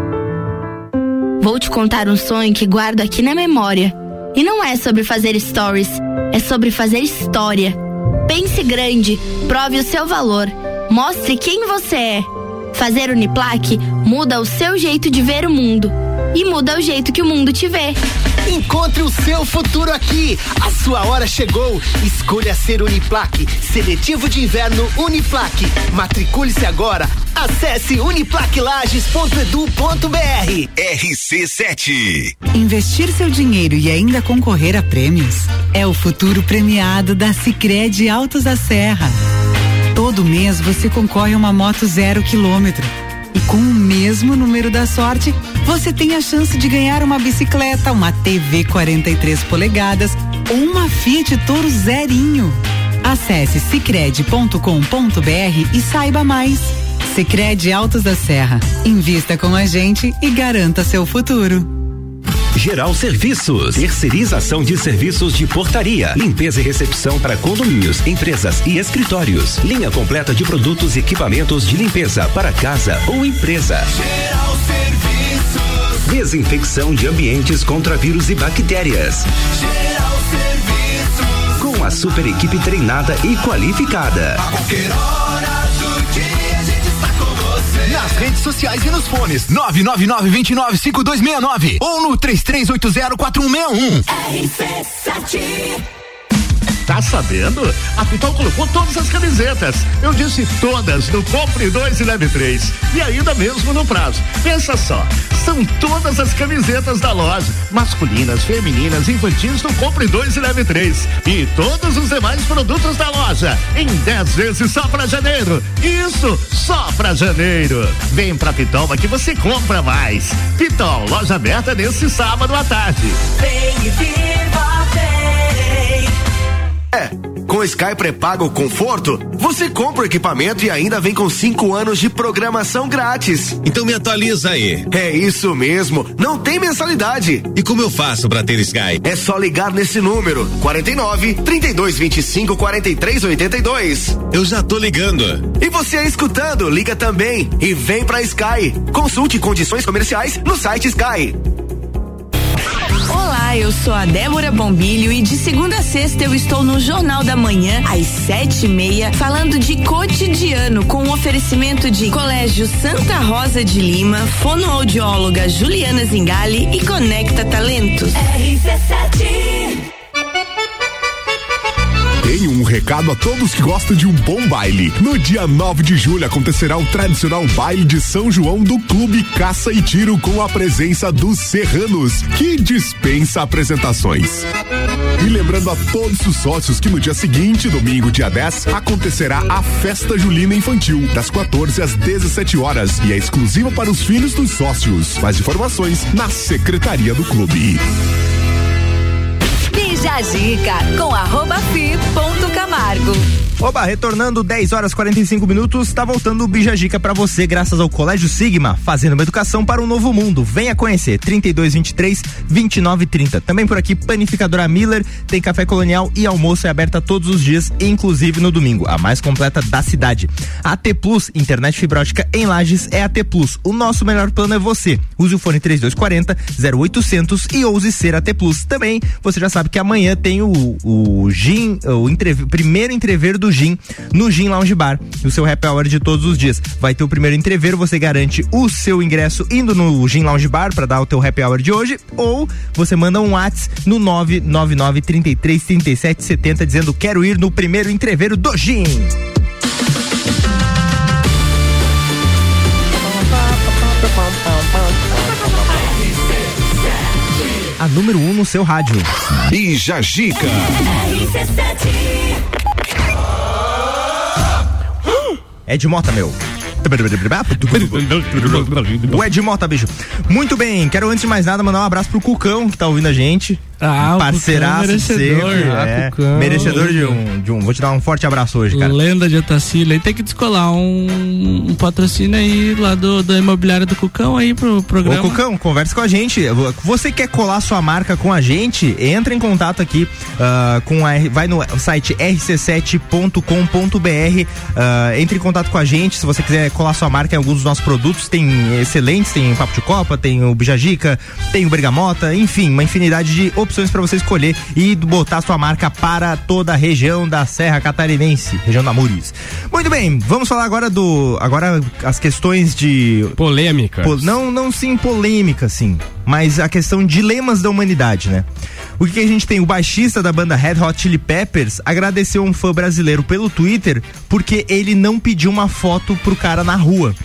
Vou te contar um sonho que guardo aqui na memória. E não é sobre fazer stories, é sobre fazer história. Pense grande, prove o seu valor, mostre quem você é. Fazer Uniplaque muda o seu jeito de ver o mundo e muda o jeito que o mundo te vê. Encontre o seu futuro aqui. A sua hora chegou. Escolha ser Uniplaque. Seletivo de inverno Uniplaque. Matricule-se agora. Acesse uniplaque lages ponto edu ponto br. R C sete. Investir seu dinheiro e ainda concorrer a prêmios é o futuro premiado da Sicredi Altos da Serra. Todo mês você concorre a uma moto zero quilômetro. E com o mesmo número da sorte, você tem a chance de ganhar uma bicicleta, uma T V quarenta e três polegadas ou uma Fiat Toro zerinho. Acesse sicredi ponto com ponto br e saiba mais. Sicredi Altos da Serra. Invista com a gente e garanta seu futuro. Geral Serviços, terceirização de serviços de portaria, limpeza e recepção para condomínios, empresas e escritórios. Linha completa de produtos e equipamentos de limpeza para casa ou empresa. Geral Serviços. Desinfecção de ambientes contra vírus e bactérias. Geral Serviços. Com a super equipe treinada e qualificada. A qualquer hora do dia a gente está com você. Nas redes sociais e nos fones nove nove nove, dois nove, cinco dois seis nove ou no três três oito zero, quatro um seis um. R C sete. Tá sabendo? A Pitol colocou todas as camisetas. Eu disse todas no Compre dois e Leve três. E ainda mesmo no prazo. Pensa só, são todas as camisetas da loja. Masculinas, femininas, infantis no Compre dois e Leve três. E todos os demais produtos da loja. Em dez vezes só pra janeiro. Isso, só pra janeiro. Vem pra Pitol que você compra mais. Pitol, loja aberta nesse sábado à tarde. Vem e viva, vem. É, com Sky pré-pago conforto, você compra o equipamento e ainda vem com cinco anos de programação grátis. Então me atualiza aí. É isso mesmo, não tem mensalidade. E como eu faço pra ter Sky? É só ligar nesse número, quarenta e nove, trinta e dois, vinte e cinco, quarenta e três, oitenta e dois. Eu já tô ligando. E você aí escutando, liga também e vem pra Sky. Consulte condições comerciais no site Sky. Olá, eu sou a Débora Bombilho e de segunda a sexta eu estou no Jornal da Manhã, às sete e meia, falando de cotidiano, com o oferecimento de Colégio Santa Rosa de Lima, fonoaudióloga Juliana Zingali e Conecta Talentos. R C sete. Tenho um recado a todos que gostam de um bom baile. No dia nove de julho acontecerá o tradicional baile de São João do Clube Caça e Tiro com a presença dos Serranos, que dispensa apresentações. E lembrando a todos os sócios que no dia seguinte, domingo, dia dez, acontecerá a Festa Julina Infantil, das quatorze às dezessete horas, e é exclusiva para os filhos dos sócios. Mais informações na Secretaria do Clube. Bija Zica com arroba fi ponto Camargo. Oba, retornando dez horas e quarenta e cinco minutos, tá voltando o Bija Zica pra você, graças ao Colégio Sigma, fazendo uma educação para um novo mundo. Venha conhecer, trinta e dois, vinte e três, vinte e nove, trinta. Também por aqui, Panificadora Miller, tem café colonial e almoço é aberta todos os dias, inclusive no domingo, a mais completa da cidade. A T Plus, internet fibra ótica em Lages, é a T Plus. O nosso melhor plano é você. Use o fone trinta e dois quarenta, zero oitocentos e ouse ser a T Plus. Também, você já sabe que amanhã tem o, o Gin, o entrev- primeiro entrever do Gin no Gin Lounge Bar, o seu happy hour de todos os dias. Vai ter o primeiro entrever, você garante o seu ingresso indo no Gin Lounge Bar para dar o teu happy hour de hoje, ou você manda um WhatsApp no nove nove nove, trinta e três, trinta e sete, setenta dizendo quero ir no primeiro entrever do Gin. A número um no seu rádio. Bija Zica. Ed Mota, meu. O Ed Mota, bicho. Muito bem, quero antes de mais nada mandar um abraço pro Cucão, que tá ouvindo a gente. Ah, parceiraço merecedor. sempre, Ah, é, Cucão. merecedor de um, de um. Vou te dar um forte abraço hoje, cara. Lenda de Otacílio. E tem que descolar um, um patrocínio aí lá do, da imobiliária do Cucão aí pro programa. Ô Cucão, conversa com a gente. Você quer colar sua marca com a gente? Entra em contato aqui uh, com a, vai no site r c sete ponto com ponto b r, uh, entre em contato com a gente se você quiser colar sua marca em alguns dos nossos produtos. Tem excelentes, tem Papo de Copa, tem o Bija Zica, tem o Bergamota, enfim, uma infinidade de opções para você escolher e botar sua marca para toda a região da Serra Catarinense, região da Mures. Muito bem, vamos falar agora do, agora as questões de polêmica. Po, não, não sim polêmica, sim, mas a questão de dilemas da humanidade, né? O que, que a gente tem? O baixista da banda Red Hot Chili Peppers agradeceu um fã brasileiro pelo Twitter porque ele não pediu uma foto pro cara na rua.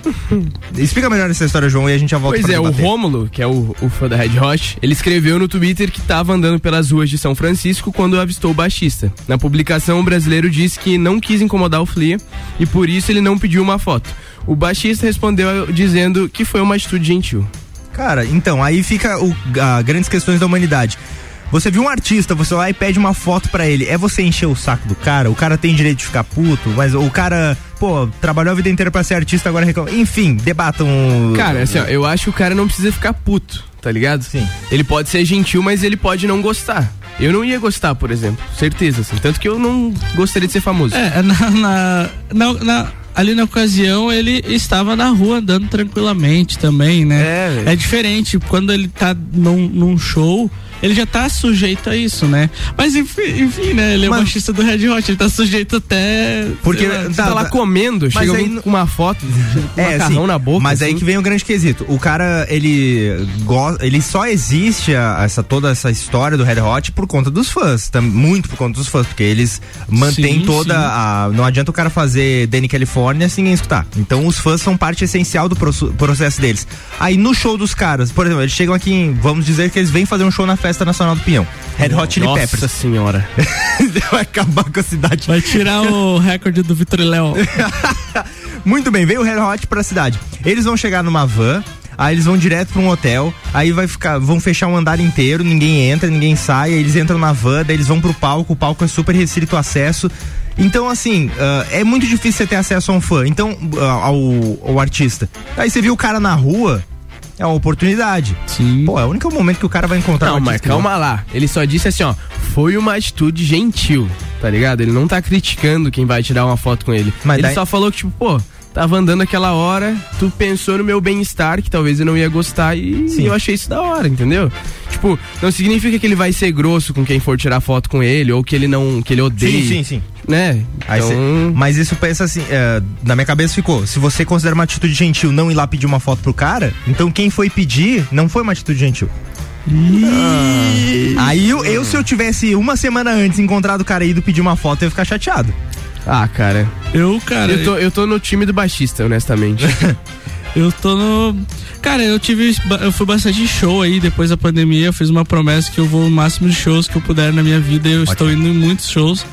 Explica melhor essa história, João, e a gente já volta. Pois pra é, debater. o Rômulo, que é o, o fã da Red Hot, ele escreveu no Twitter que estava andando pelas ruas de São Francisco quando avistou o baixista. Na publicação, o brasileiro disse que não quis incomodar o Flea e por isso ele não pediu uma foto. O baixista respondeu dizendo que foi uma atitude gentil. Cara, então, aí fica o, a grandes questões da humanidade. Você viu um artista, você vai lá e pede uma foto pra ele. É você encher o saco do cara? O cara tem direito de ficar puto, mas o cara, pô, trabalhou a vida inteira pra ser artista, agora reclama. Enfim, debatam. Cara, assim, ó, eu acho que o cara não precisa ficar puto, tá ligado? Sim. Ele pode ser gentil, mas ele pode não gostar. Eu não ia gostar, por exemplo, certeza, assim. Tanto que eu não gostaria de ser famoso. É, na, na, na, na ali na ocasião ele estava na rua andando tranquilamente também, né? É, é diferente, quando ele tá num, num show, ele já tá sujeito a isso, né? Mas enfim, enfim né? Ele é o baixista do Red Hot, ele tá sujeito até... Porque lá, tá, tá lá comendo, chega aí, com uma foto, com é, macarrão assim, na boca. Mas assim. aí que vem o grande quesito. O cara, ele gosta, ele só existe a, essa, toda essa história do Red Hot por conta dos fãs, tam, muito por conta dos fãs, porque eles mantêm Sim, toda sim. a... Não adianta o cara fazer Danny California sem ninguém escutar. Então os fãs são parte essencial do processo, processo deles. Aí no show dos caras, por exemplo, eles chegam aqui, em, vamos dizer que eles vêm fazer um show na Festa Nacional do Pinhão. Red Hot Chili Nossa Peppers. Nossa senhora. Vai acabar com a cidade. Vai tirar o recorde do Vitor e Léo. Muito bem, veio o Red Hot pra cidade. Eles vão chegar numa van, aí eles vão direto pra um hotel, aí vai ficar, vão fechar um andar inteiro, ninguém entra, ninguém sai, aí eles entram na van, daí eles vão pro palco, o palco é super restrito acesso. Então, assim, uh, é muito difícil você ter acesso a um fã, então, uh, ao, ao artista. Aí você viu o cara na rua, é uma oportunidade. Sim. Pô, é o único momento que o cara vai encontrar Não, um mas artista. calma lá. Ele só disse assim, ó, foi uma atitude gentil, tá ligado? Ele não tá criticando quem vai tirar uma foto com ele. Mas ele daí... só falou que, tipo, pô, tava andando aquela hora, tu pensou no meu bem-estar, que talvez eu não ia gostar e Sim. eu achei isso da hora, entendeu? Tipo, não significa que ele vai ser grosso com quem for tirar foto com ele, ou que ele não, que ele odeie. Sim, sim, sim. Né? Aí então... cê, mas isso pensa assim, é, na minha cabeça ficou, se você considera uma atitude gentil não ir lá pedir uma foto pro cara, então quem foi pedir não foi uma atitude gentil. Ah. Aí eu, eu, se eu tivesse uma semana antes encontrado o cara e ido pedir uma foto, eu ia ficar chateado. Ah, cara. Eu, cara. Eu tô, eu tô no time do baixista, honestamente. Eu tô no. Cara, eu tive. Eu fui bastante show aí depois da pandemia. Eu fiz uma promessa que eu vou no máximo de shows que eu puder na minha vida. Eu Ótimo. estou indo em muitos shows.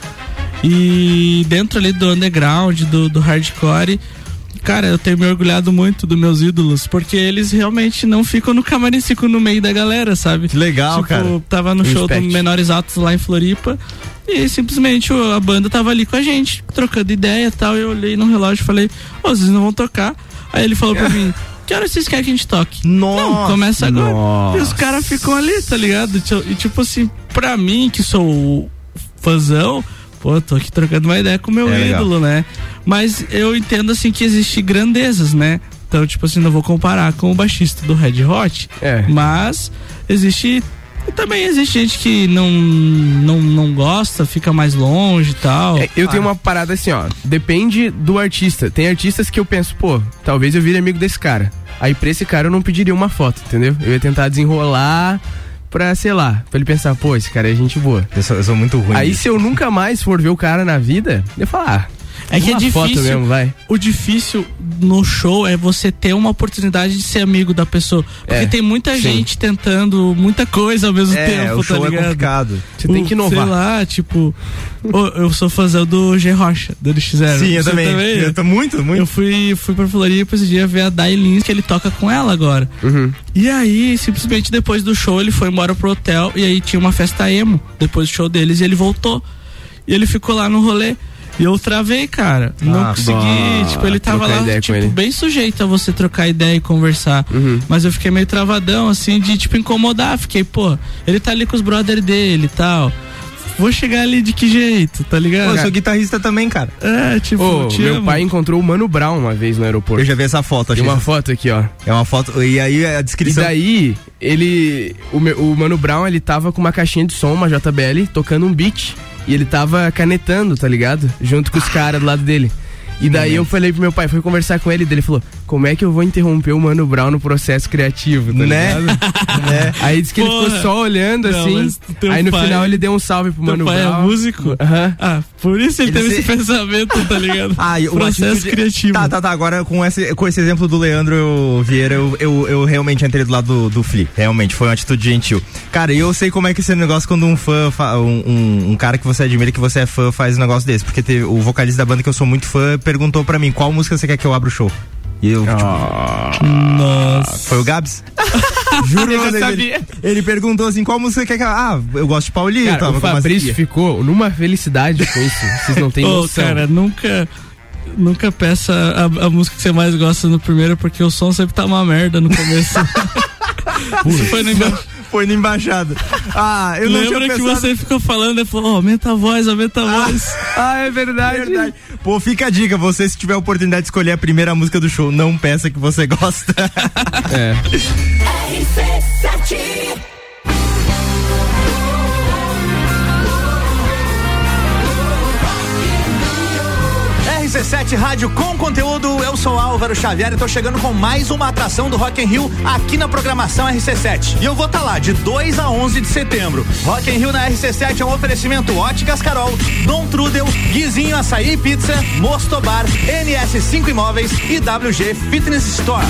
E dentro ali do underground, do, do hardcore, cara, eu tenho me orgulhado muito dos meus ídolos, porque eles realmente não ficam no camarim, ficam no meio da galera, sabe? Que legal, tipo, cara. Tava no show Respect. do Menores Atos lá em Floripa. E simplesmente a banda tava ali com a gente, trocando ideia e tal. Eu olhei no relógio e falei, ô, oh, vocês não vão tocar? Aí ele falou pra mim, que hora vocês querem que a gente toque? Nossa, não, começa agora. Nossa. E os caras ficam ali, tá ligado? E tipo assim, pra mim, que sou fãzão, pô, tô aqui trocando uma ideia com o meu é ídolo, legal. Né? Mas eu entendo assim que existe grandezas, né? Então, tipo assim, não vou comparar com o baixista do Red Hot, é. Mas existe. E também existe gente que não, não, não gosta, fica mais longe e tal. É, eu ah. tenho uma parada assim, ó. Depende do artista. Tem artistas que eu penso, pô, talvez eu vire amigo desse cara. Aí pra esse cara eu não pediria uma foto, entendeu? Eu ia tentar desenrolar pra, sei lá, pra ele pensar, pô, esse cara é gente boa. Eu sou, eu sou muito ruim. Aí disso. se eu nunca mais for ver o cara na vida, eu falar, ah, é que é difícil, foto mesmo, vai. O difícil no show é você ter uma oportunidade de ser amigo da pessoa. Porque é, tem muita sim. gente tentando muita coisa ao mesmo é, tempo, o show tá ligado? É complicado. Você o, tem que inovar. Sei lá, tipo, oh, eu sou fãzão do G Rocha, do X zero. Sim, eu também. também. Eu tô muito, muito. Eu fui, fui pra Floripa esse dia ver a Day Lins, que ele toca com ela agora. Uhum. E aí, simplesmente depois do show, ele foi embora pro hotel e aí tinha uma festa emo, depois do show deles, e ele voltou. E ele ficou lá no rolê. E eu travei, cara. Ah, não consegui. Bom. Tipo, ele tava lá, tipo, bem sujeito a você trocar ideia e conversar. Uhum. Mas eu fiquei meio travadão, assim, de, tipo, incomodar. Fiquei, pô, ele tá ali com os brother dele e tal. Vou chegar ali de que jeito, tá ligado? Pô, eu sou guitarrista também, cara. É, tipo, oh, meu amo. pai encontrou o Mano Brown uma vez no aeroporto. Eu já vi essa foto. Tem uma isso. foto aqui, ó. É uma foto, e aí a descrição... E daí, ele, o, o Mano Brown, ele tava com uma caixinha de som, uma J B L, tocando um beat. E ele tava canetando, tá ligado? Junto com os caras do lado dele. E daí eu falei pro meu pai, fui conversar com ele, e ele falou, como é que eu vou interromper o Mano Brown no processo criativo, tá né? ligado? né? Aí disse que Porra. ele ficou só olhando não, assim, aí no pai, final ele deu um salve pro Mano Brown. Teu pai é músico? Uhum. Ah, por isso ele, ele teve se... esse pensamento, tá ligado? Ah, o processo de... criativo. Tá, tá, tá, agora com esse, com esse exemplo do Leandro Vieira, eu, eu, eu realmente entrei do lado do, do Fli, realmente, foi uma atitude gentil. Cara, eu sei como é que esse negócio quando um fã, um, um, um cara que você admira, que você é fã, faz um negócio desse, porque teve, o vocalista da banda que eu sou muito fã perguntou pra mim, qual música você quer que eu abra o show? E eu, tipo, oh, nossa. Foi o Gabs? Juro, eu sabia. Ele, ele perguntou assim, qual música você quer que eu... Ah, eu gosto de Paulinho. Cara, tava o Fabrício ficou numa felicidade com isso. Vocês não têm oh, noção. Cara, nunca... Nunca peça a, a música que você mais gosta no primeiro, porque o som sempre tá uma merda no começo. Isso foi no emba... Foi na embaixada. Ah, eu não Lembra tinha que pensado... você ficou falando, ele falou, oh, aumenta a voz, aumenta a ah, voz. Ah, é verdade. é verdade. Pô, fica a dica, você se tiver a oportunidade de escolher a primeira música do show, não peça que você gosta. É. R C sete R C sete Rádio com conteúdo, eu sou Álvaro Xavier e tô chegando com mais uma atração do Rock in Rio aqui na programação R C sete. E eu vou estar tá lá de dois a onze de setembro. Rock in Rio na R C sete é um oferecimento Óticas Carol, Dom Trudel, Guizinho Açaí Pizza, Mosto Bar, N S cinco Imóveis e W G Fitness Store.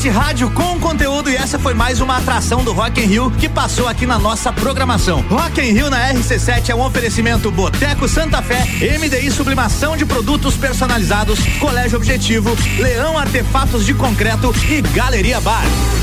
sete Rádio com conteúdo, e essa foi mais uma atração do Rock in Rio que passou aqui na nossa programação. Rock in Rio na R C sete é um oferecimento Boteco Santa Fé, M D I Sublimação de Produtos Personalizados, Colégio Objetivo, Leão Artefatos de Concreto e Galeria Bar.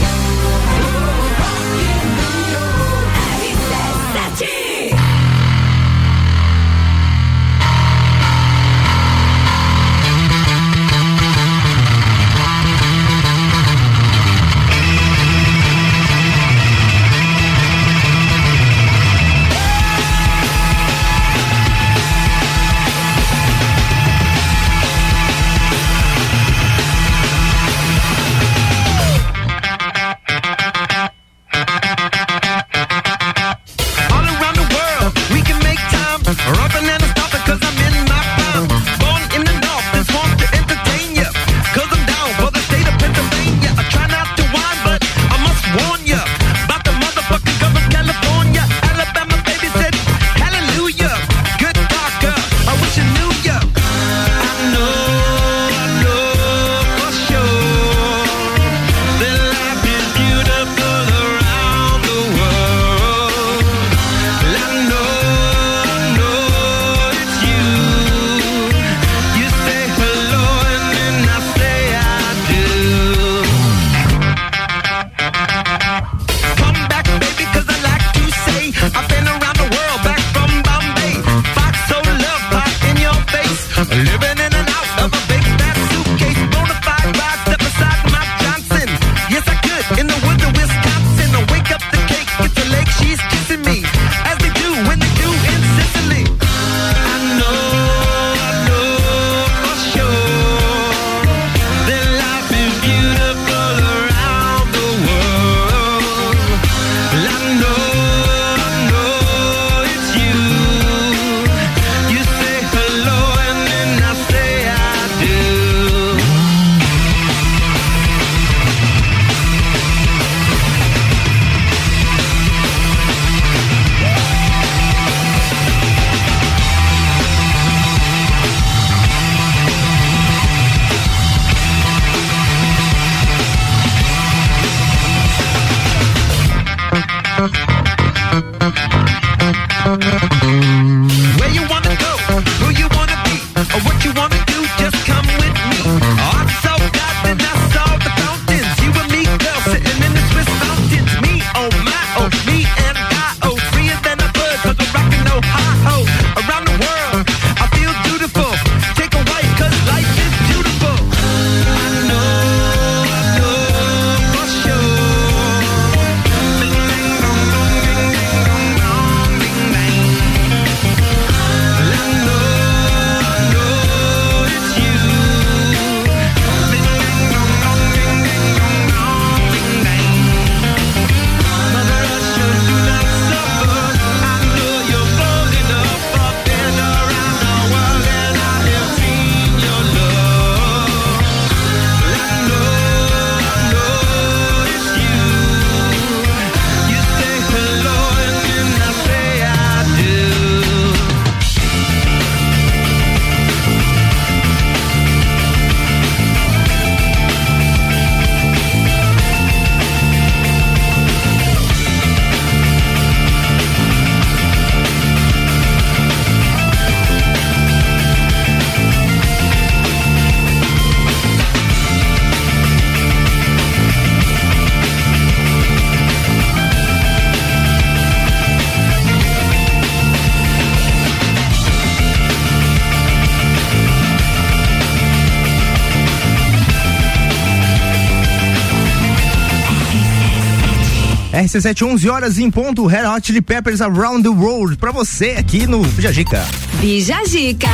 R C sete, onze horas em ponto, Red Hot Chili Peppers Around the World, pra você aqui no Bijagica. Bijagica.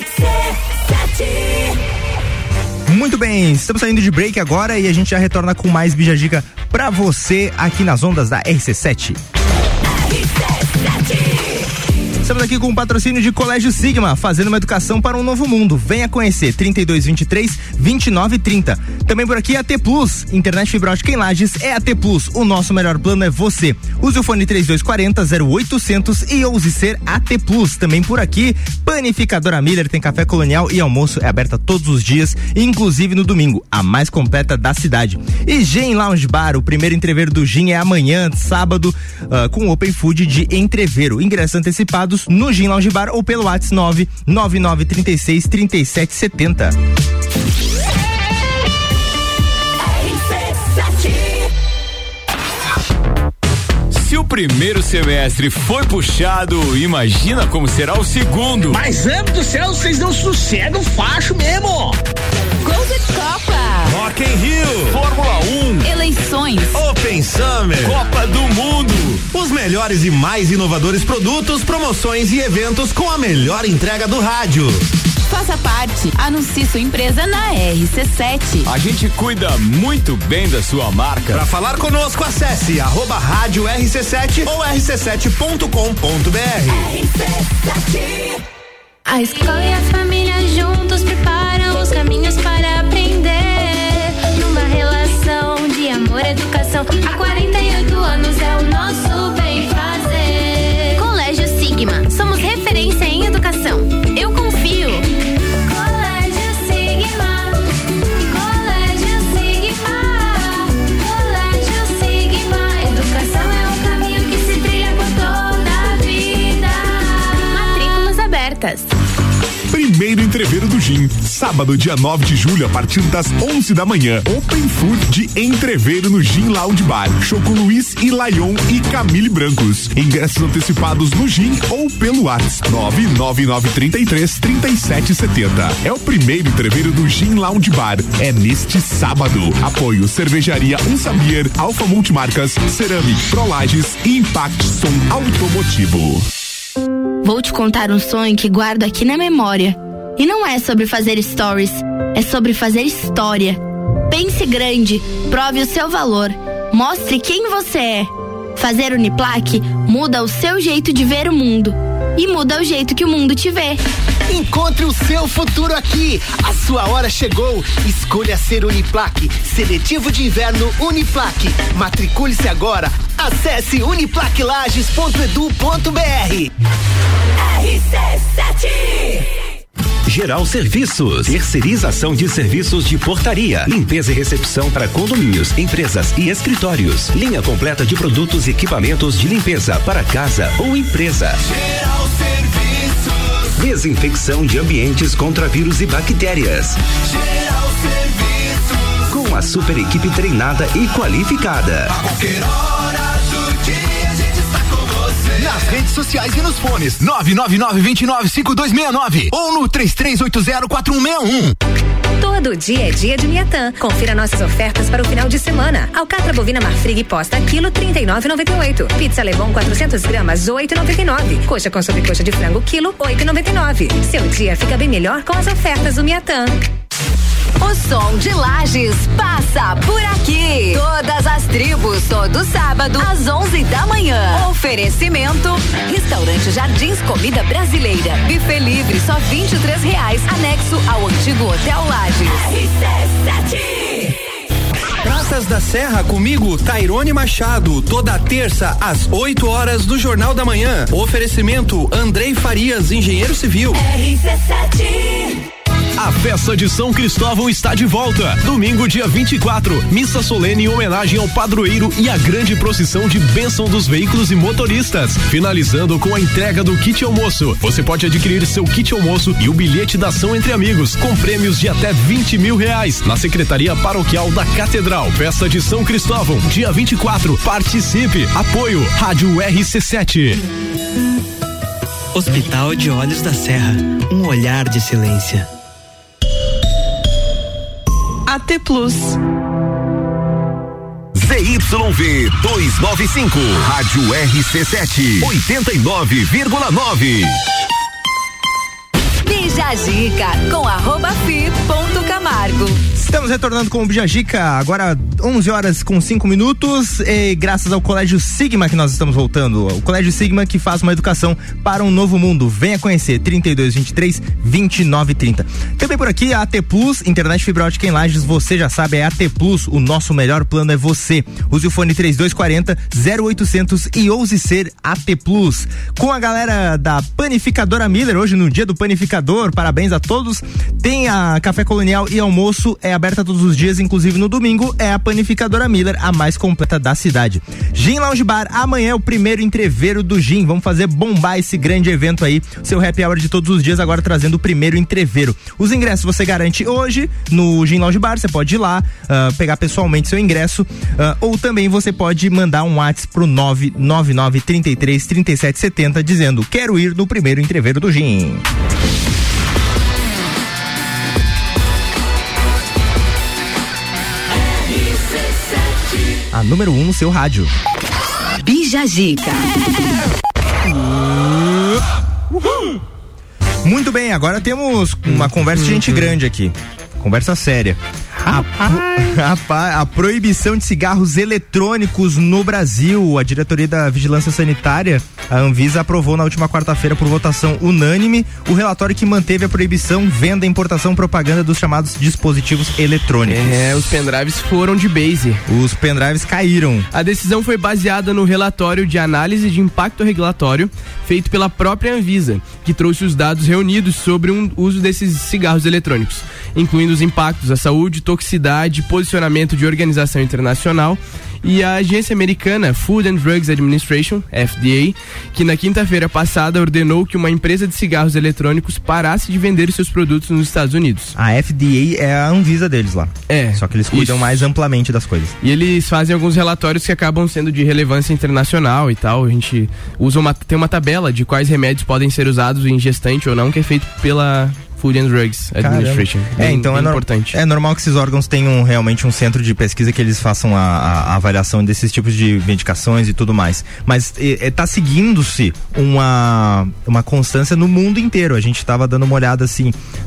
Muito bem, estamos saindo de break agora e a gente já retorna com mais Bijagica pra você aqui nas ondas da R C sete. Estamos aqui com o patrocínio de Colégio Sigma, fazendo uma educação para um novo mundo. Venha conhecer trinta e dois, vinte e três, vinte e nove, trinta. Também por aqui A T Plus, internet fibra ótica em Lages é A T Plus, o nosso melhor plano é você. Use o fone trinta e dois quarenta, zero oitocentos e ouse ser A T Plus. Também por aqui, Panificadora Miller tem café colonial e almoço é aberta todos os dias, inclusive no domingo, a mais completa da cidade. E Gin Lounge Bar, o primeiro entreveiro do Gin é amanhã, sábado, uh, com Open Food de entreveiro. Ingressos antecipados no Gin Lounge Bar ou pelo WhatsApp nove nove nove três seis, três sete sete zero. Se o primeiro semestre foi puxado, imagina como será o segundo. Mas, amo do céu, vocês não sossegam facho mesmo. Gol de Copa. Rock in Rio. Fórmula um. Eleições. Open Summer. Copa do Mundo. Os melhores e mais inovadores produtos, promoções e eventos com a melhor entrega do rádio. Faça parte. Anuncie sua empresa na R C sete. A gente cuida muito bem da sua marca. Para falar conosco, acesse arroba rádio R C sete ou r c sete ponto com ponto b r. R C sete. A escola e a família juntos preparam os caminhos para aprender. Numa relação de amor e educação, há quarenta e oito anos é o nosso bem fazer. Colégio Sigma, somos referência em educação. Eu confio. Colégio Sigma, Colégio Sigma, Colégio Sigma. Educação é um caminho que se trilha por toda a vida. Matrículas abertas. Primeiro entreveiro do Gin, sábado, dia nove de julho, a partir das onze da manhã. Open Food de entreveiro no Gin Lounge Bar. Show com Luiz e Laion e Camille Brancos. Ingressos antecipados no Gin ou pelo WhatsApp nove nove nove três três, três sete sete zero. É o primeiro entreveiro do Gin Lounge Bar. É neste sábado. Apoio Cervejaria Um Sabier, Alfa Multimarcas, Ceramic, Prolages e Impact Som Automotivo. Vou te contar um sonho que guardo aqui na memória. E não é sobre fazer stories, é sobre fazer história. Pense grande, prove o seu valor, mostre quem você é. Fazer Uniplaque muda o seu jeito de ver o mundo e muda o jeito que o mundo te vê. Encontre o seu futuro aqui. A sua hora chegou. Escolha ser Uniplaque. Seletivo de inverno Uniplaque. Matricule-se agora. Acesse uniplaque lages ponto edu ponto b r. R C sete. Geral Serviços, terceirização de serviços de portaria, limpeza e recepção para condomínios, empresas e escritórios. Linha completa de produtos e equipamentos de limpeza para casa ou empresa. Geral Serviços. Desinfecção de ambientes contra vírus e bactérias. Geral Serviços. Com a super equipe treinada e qualificada. A qualquer hora do dia a gente está com você. Nas redes sociais e nos fones nove nove nove, dois nove, cinco dois seis nove ou no três três oito zero, quatro um seis um. Todo dia é dia de Miatã. Confira nossas ofertas para o final de semana. Alcatra bovina Marfrig posta quilo trinta e nove e noventa e oito. Pizza Levon quatrocentas gramas oito e noventa e nove. Coxa com sobrecoxa de frango quilo oito e noventa e nove. Seu dia fica bem melhor com as ofertas do Miatã. O som de Lages passa por aqui. Todas as tribos, todo sábado, às onze da manhã. Oferecimento: Restaurante Jardins Comida Brasileira. Buffet livre, só vinte e três reais. Anexo ao antigo Hotel Lages. R C sete. Praças da Serra comigo, Tairone Machado, toda terça às oito horas do Jornal da Manhã. Oferecimento: Andrei Farias, engenheiro civil. R C sete. A festa de São Cristóvão está de volta. Domingo, dia vinte e quatro, missa solene em homenagem ao padroeiro e a grande procissão de bênção dos veículos e motoristas. Finalizando com a entrega do kit almoço. Você pode adquirir seu kit almoço e o bilhete da ação entre amigos, com prêmios de até vinte mil reais, na Secretaria Paroquial da Catedral. Festa de São Cristóvão, dia vinte e quatro. Participe. Apoio Rádio R C sete. Hospital de Olhos da Serra, um olhar de silêncio. A T Plus. Z Y V duzentos e noventa e cinco, Rádio R C sete, oitenta e nove vírgula nove. Bija Zica com arroba fi ponto camargo. Camargo. Estamos retornando com o Bijagica, agora onze horas com cinco minutos, e graças ao Colégio Sigma que nós estamos voltando. O Colégio Sigma que faz uma educação para um novo mundo. Venha conhecer, trinta e dois, vinte e três, vinte e nove, trinta. Também por aqui a AT Plus, internet fibra ótica em Lages, você já sabe, é A T Plus, o nosso melhor plano é você. Use o fone trinta e dois quarenta, zero oitocentos e ouse ser A T Plus. Com a galera da Panificadora Miller, hoje no dia do panificador, parabéns a todos. Tem a Café Colonial e almoço, é aberta todos os dias, inclusive no domingo, é a Panificadora Miller, a mais completa da cidade. Gin Lounge Bar, amanhã é o primeiro entreveiro do Gin, vamos fazer bombar esse grande evento aí, seu happy hour de todos os dias, agora trazendo o primeiro entreveiro. Os ingressos você garante hoje no Gin Lounge Bar, você pode ir lá, uh, pegar pessoalmente seu ingresso, uh, ou também você pode mandar um WhatsApp pro nove nove nove, trinta e três, trinta e sete, setenta, dizendo, quero ir no primeiro entreveiro do Gin. A número um no seu rádio. Bijagica. Uhul. Muito bem, agora temos uma conversa de gente grande aqui. Conversa séria. A, a, a proibição de cigarros eletrônicos no Brasil. A diretoria da Vigilância Sanitária, a Anvisa, aprovou na última quarta-feira por votação unânime o relatório que manteve a proibição, venda, importação, propaganda dos chamados dispositivos eletrônicos. É, os pendrives foram de base. Os pendrives caíram. A decisão foi baseada no relatório de análise de impacto regulatório feito pela própria Anvisa, que trouxe os dados reunidos sobre o um uso desses cigarros eletrônicos, incluindo os impactos à saúde, toxicidade, posicionamento de organização internacional, e a agência americana Food and Drugs Administration, F D A, que na quinta-feira passada ordenou que uma empresa de cigarros eletrônicos parasse de vender seus produtos nos Estados Unidos. A F D A é a Anvisa deles lá. É. Só que eles cuidam isso. mais amplamente das coisas. E eles fazem alguns relatórios que acabam sendo de relevância internacional e tal. A gente usa uma, tem uma tabela de quais remédios podem ser usados em gestante ou não, que é feito pela Food and Drugs Administration. É, bem, então bem é, no, importante. é normal que esses órgãos tenham realmente um centro de pesquisa que eles façam a, a, a avaliação desses tipos de medicações e tudo mais. Mas está seguindo-se uma, uma constância no mundo inteiro. A gente estava dando uma olhada assim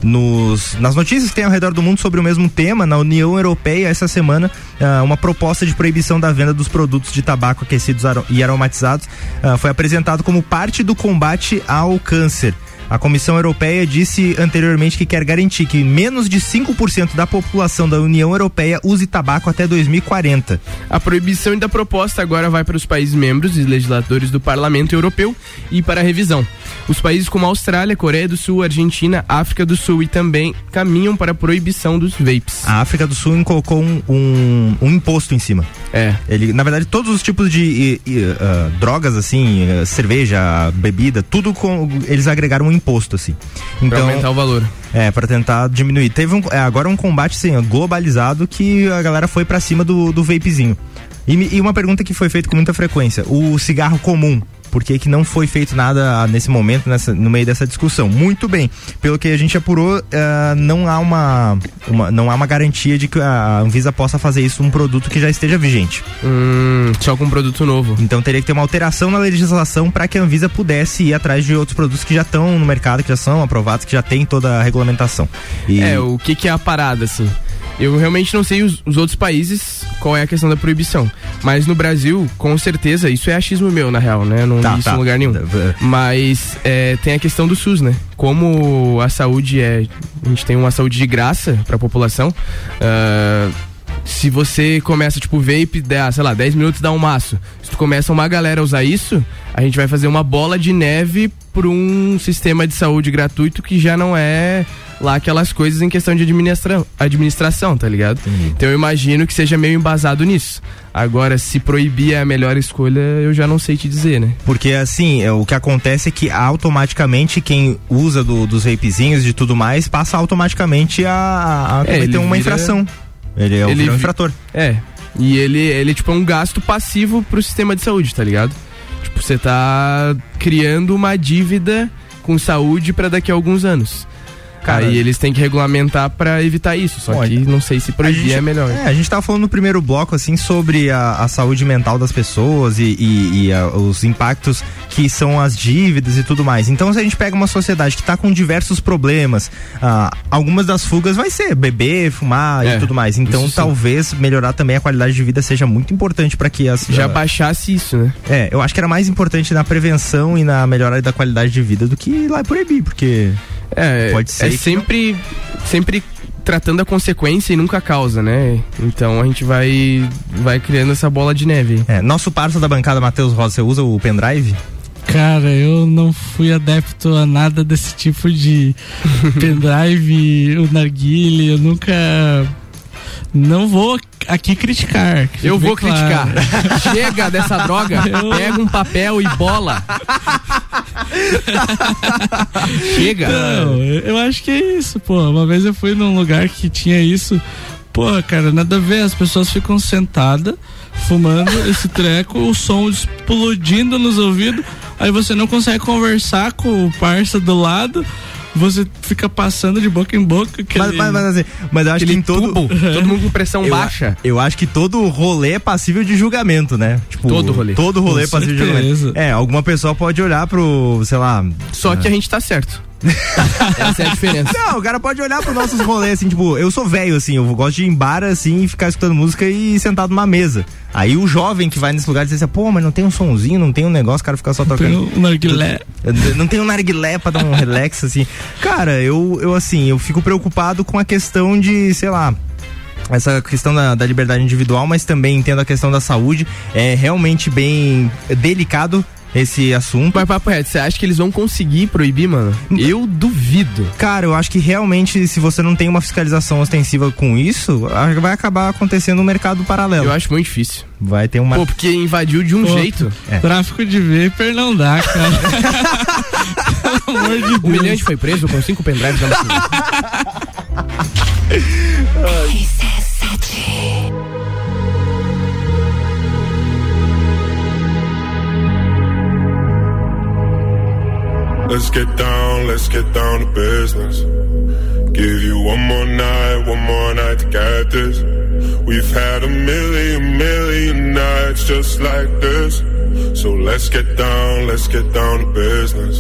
nos, nas notícias que tem ao redor do mundo sobre o mesmo tema. Na União Europeia, essa semana, uh, uma proposta de proibição da venda dos produtos de tabaco aquecidos e aromatizados uh, foi apresentado como parte do combate ao câncer. A Comissão Europeia disse anteriormente que quer garantir que menos de cinco por cento da população da União Europeia use tabaco até dois mil e quarenta. A proibição da proposta agora vai para os países membros e legisladores do Parlamento Europeu e para a revisão. Os países como a Austrália, Coreia do Sul, Argentina, África do Sul e também caminham para a proibição dos vapes. A África do Sul colocou um, um, um imposto em cima. É. Ele, na verdade, todos os tipos de uh, uh, drogas, assim, uh, cerveja, bebida, tudo com, eles agregaram um imposto, assim. Então, pra aumentar o valor. É, pra tentar diminuir. Teve um, é, agora um combate, assim, globalizado, que a galera foi pra cima do, do vapezinho. E, e uma pergunta que foi feita com muita frequência: o cigarro comum, por que que não foi feito nada nesse momento, nessa, no meio dessa discussão? Muito bem, pelo que a gente apurou, uh, não há uma, uma não há uma garantia de que a Anvisa possa fazer isso um produto que já esteja vigente. Hum, só com um produto novo. Então teria que ter uma alteração na legislação para que a Anvisa pudesse ir atrás de outros produtos que já estão no mercado, que já são aprovados, que já tem toda a regulamentação. E... É, o que que é a parada, assim? Eu realmente não sei os, os outros países qual é a questão da proibição, mas no Brasil, com certeza, isso é achismo meu, na real, né? Eu não tá, li isso tá. em lugar nenhum. Mas é, tem a questão do SUS, né? Como a saúde é... A gente tem uma saúde de graça pra população. Uh, se você começa, tipo, vape, dá, sei lá, dez minutos dá um maço. Se tu começa uma galera a usar isso, a gente vai fazer uma bola de neve por um sistema de saúde gratuito que já não é lá aquelas coisas em questão de administra administração, tá ligado? Entendi. Então eu imagino que seja meio embasado nisso. Agora, se proibir é a melhor escolha, eu já não sei te dizer, né? Porque assim, é, o que acontece é que automaticamente quem usa do, dos vapezinhos e tudo mais, passa automaticamente a, a é, cometer uma vira... infração. Ele é ele um infrator. É. E ele, ele tipo, é um gasto passivo pro sistema de saúde, tá ligado? Tipo, você tá criando uma dívida com saúde pra daqui a alguns anos. Cara, aí eles têm que regulamentar pra evitar isso, só Olha, que não sei se proibir gente, é melhor. É, a gente tava falando no primeiro bloco, assim, sobre a, a saúde mental das pessoas e, e, e a, os impactos que são as dívidas e tudo mais. Então, se a gente pega uma sociedade que tá com diversos problemas, ah, algumas das fugas vai ser beber, fumar É, e tudo mais. Então, isso sim. talvez melhorar também a qualidade de vida seja muito importante para que as... Já ah, baixasse isso, né? É, eu acho que era mais importante na prevenção e na melhora da qualidade de vida do que ir lá e proibir, porque É, pode ser é que sempre, sempre tratando a consequência e nunca a causa, né? Então a gente vai, vai criando essa bola de neve. É, nosso parça da bancada, Matheus Rosa, você usa o pendrive? Cara, eu não fui adepto a nada desse tipo de pendrive, o narguile, eu nunca... Não vou aqui criticar. Eu vou claro. criticar. Chega dessa droga, Eu- pega um papel e bola. Chega. Não, eu eu acho que é isso, pô. Uma vez eu fui num lugar que tinha isso. Pô, cara, nada a ver. As pessoas ficam sentadas, fumando esse treco, o som explodindo nos ouvidos. Aí você não consegue conversar com o parça do lado. Você fica passando de boca em boca. Mas, mas, mas, assim, mas eu acho que em todo... tubo, todo mundo com pressão eu, baixa. Eu acho que todo rolê é passível de julgamento, né? Tipo, Todo rolê. Todo rolê é Com passível de certeza. julgamento. É, alguma pessoa pode olhar pro, sei lá... Só que a gente tá certo. Essa é a diferença. Não, o cara pode olhar pros nossos rolês, assim, tipo, eu sou velho, assim, eu gosto de ir em bar, assim, e ficar escutando música e sentado numa mesa. Aí o jovem que vai nesse lugar diz assim, pô, mas não tem um sonzinho, não tem um negócio, o cara fica só tocando. Tem um narguilé. Não tem um narguilé pra dar um relax, assim. Cara, eu, eu, assim, eu fico preocupado com a questão de, sei lá, essa questão da, da liberdade individual, mas também entendo a questão da saúde. É realmente bem delicado esse assunto. Mas papo reto, você acha que eles vão conseguir proibir, mano? Eu duvido. Cara, eu acho que realmente, se você não tem uma fiscalização ostensiva com isso, acho que vai acabar acontecendo um mercado paralelo. Eu acho muito difícil. Vai ter uma... Pô, porque invadiu de um Pô, jeito. É. Tráfico de vapor não dá, cara. Pelo amor de Deus. O humilhante foi preso com cinco pendrives na mochila. Let's get down, let's get down to business. Give you one more night, one more night to get this. We've had a million, million nights just like this. So let's get down, let's get down to business.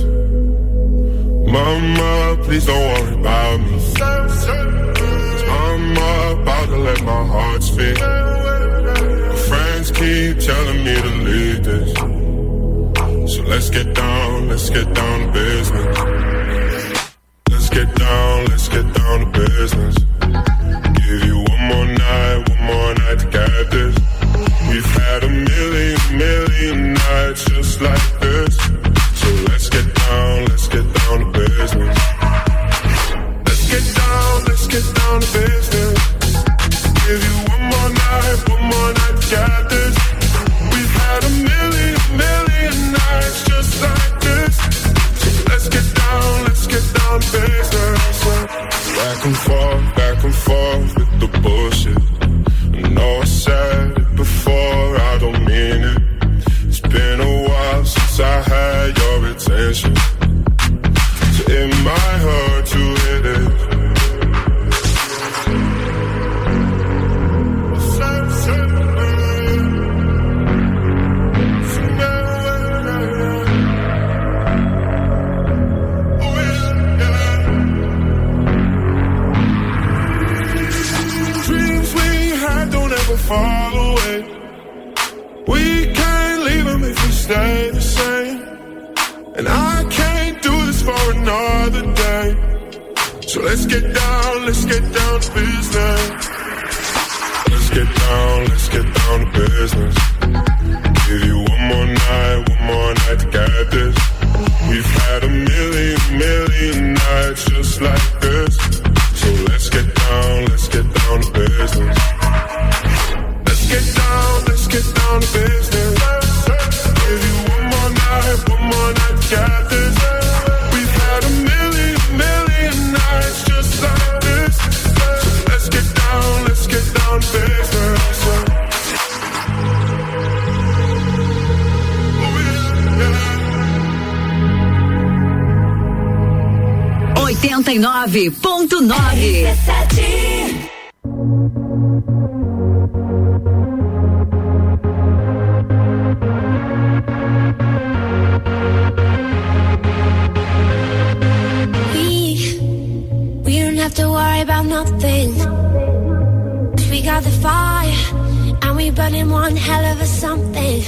Mama, please don't worry about me. 'Cause I'm about to let my heart speak. My friends keep telling me to leave this. So let's get down, let's get down to business. Let's get down, let's get down to business. Give you one more night, one more night to get this. We've had a million, million nights just like this. So let's get down, let's get down to business. Let's get down, let's get down to business. Give you one more night, one more night to get this. We've had a million, million nights just like this. So let's get down, let's get down to business. Back and forth, back and forth with the bullshit. I know I said it before, I don't mean it. It's been a while since I had your attention. So it might hurt to hit it. Fall away. We can't leave them if we stay the same. And I can't do this for another day. So let's get down, let's get down to business. Let's get down, let's get down to business. Give you one more night, one more night to get this. We've had a million, million nights just like this. So let's get down, let's get down to business. Let's get down, let's get down to business. Give you one more night, one more night to get this. We've had a million, million nights just like this. So let's get down, let's get down to business. oitenta e nove ponto nove. We don't have to worry about nothing. We got the fire, and we burning one hell of a something.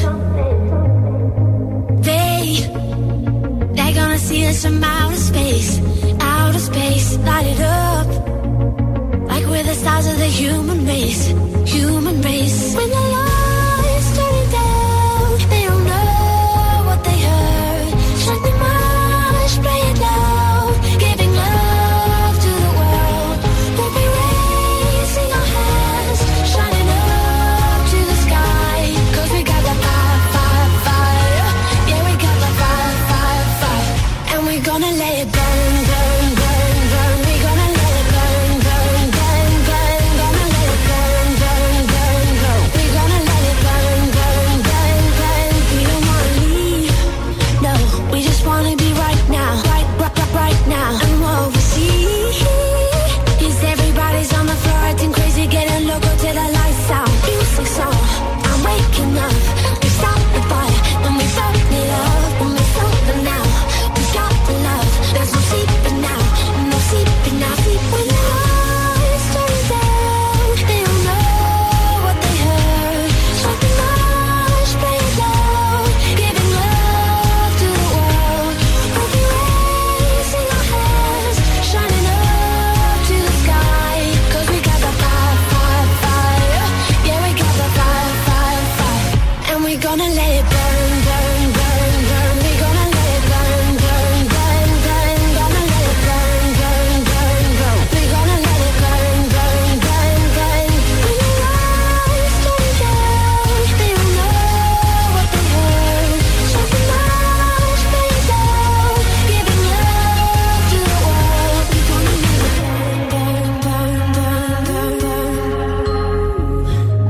They, they're gonna see us from outer space, outer space, light it up. Like we're the stars of the human race, human race. When the lights turn down, they don't know what they heard. Shut the marsh, play it loud, giving love to the world. We'll be raising our hands, shining up to the sky. Cause we got the fire, fire, fire. Yeah, we got the fire, fire, fire. And we're gonna let it burn, burn, burn, burn. We're gonna let it burn, burn, burn, burn. Gonna let it burn, burn, burn, burn. We're gonna let it burn, burn, burn, burn. We don't wanna leave, no. We just wanna be right now, right, right, right, right now. And what we see is everybody's on the floor acting crazy, getting loco till the lights out. Music's on, I'm waking up. We stop the fire, and we burn it up. And we floating now, we got the love. There's no sleeping now, no sleeping now. Sleep when the lights turn down. They don't know what they heard. Shut the marsh, play it loud, giving love to the world. We'll be raising our hands, shining up to the sky. Cause we got the fire, fire, fire. Yeah, we got the fire, fire, fire. And we're gonna let it burn, burn, burn, burn. We're gonna let it burn, burn, burn, burn. Gonna let it burn, burn, burn, burn. We're gonna let it burn, burn, burn, burn. When the lights turn down, they don't know what they heard. Shut the marsh, play it loud, giving love to the world. We're gonna let it burn, burn, burn, burn, burn, burn.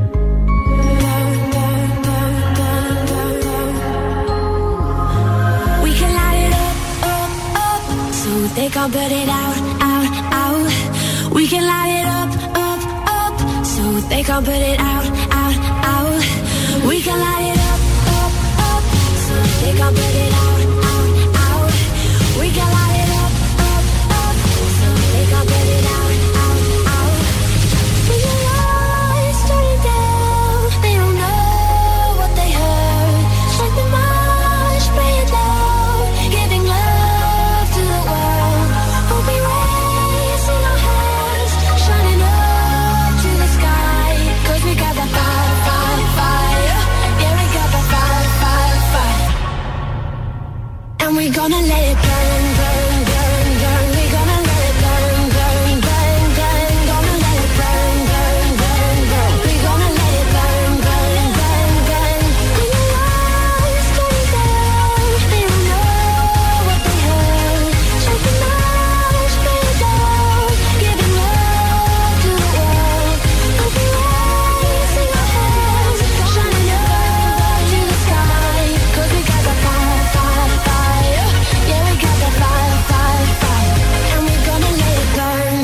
We can light it up, up, up, so they can't put it out, out, out. We can light it up, up, up, so they can't put it out, out, out. We can light it up, up, up, so they can't put it out, out, out. We can light it up, up, up, so they can't put it out, out, out. When the lights turn down, they don't know what they heard. Shut the marsh, play it loud, giving love to the world. We'll be raising our hands, shining up to the sky. Cause we got the fire, fire, fire. Yeah, we got the fire, fire, fire. And we're gonna let it burn, burn, burn, burn. We're gonna let it burn, burn, burn, burn. Gonna let it burn, burn, burn, burn. We're gonna let it burn, burn, burn, burn. When the lights turn down, they don't know what they heard. Shut the marsh, play it loud, giving love to the world. We'll be raising our hands, shining up to the sky. Cause we got the fire, fire, fire. Yeah, we got the fire, fire, fire. And we're gonna let it burn.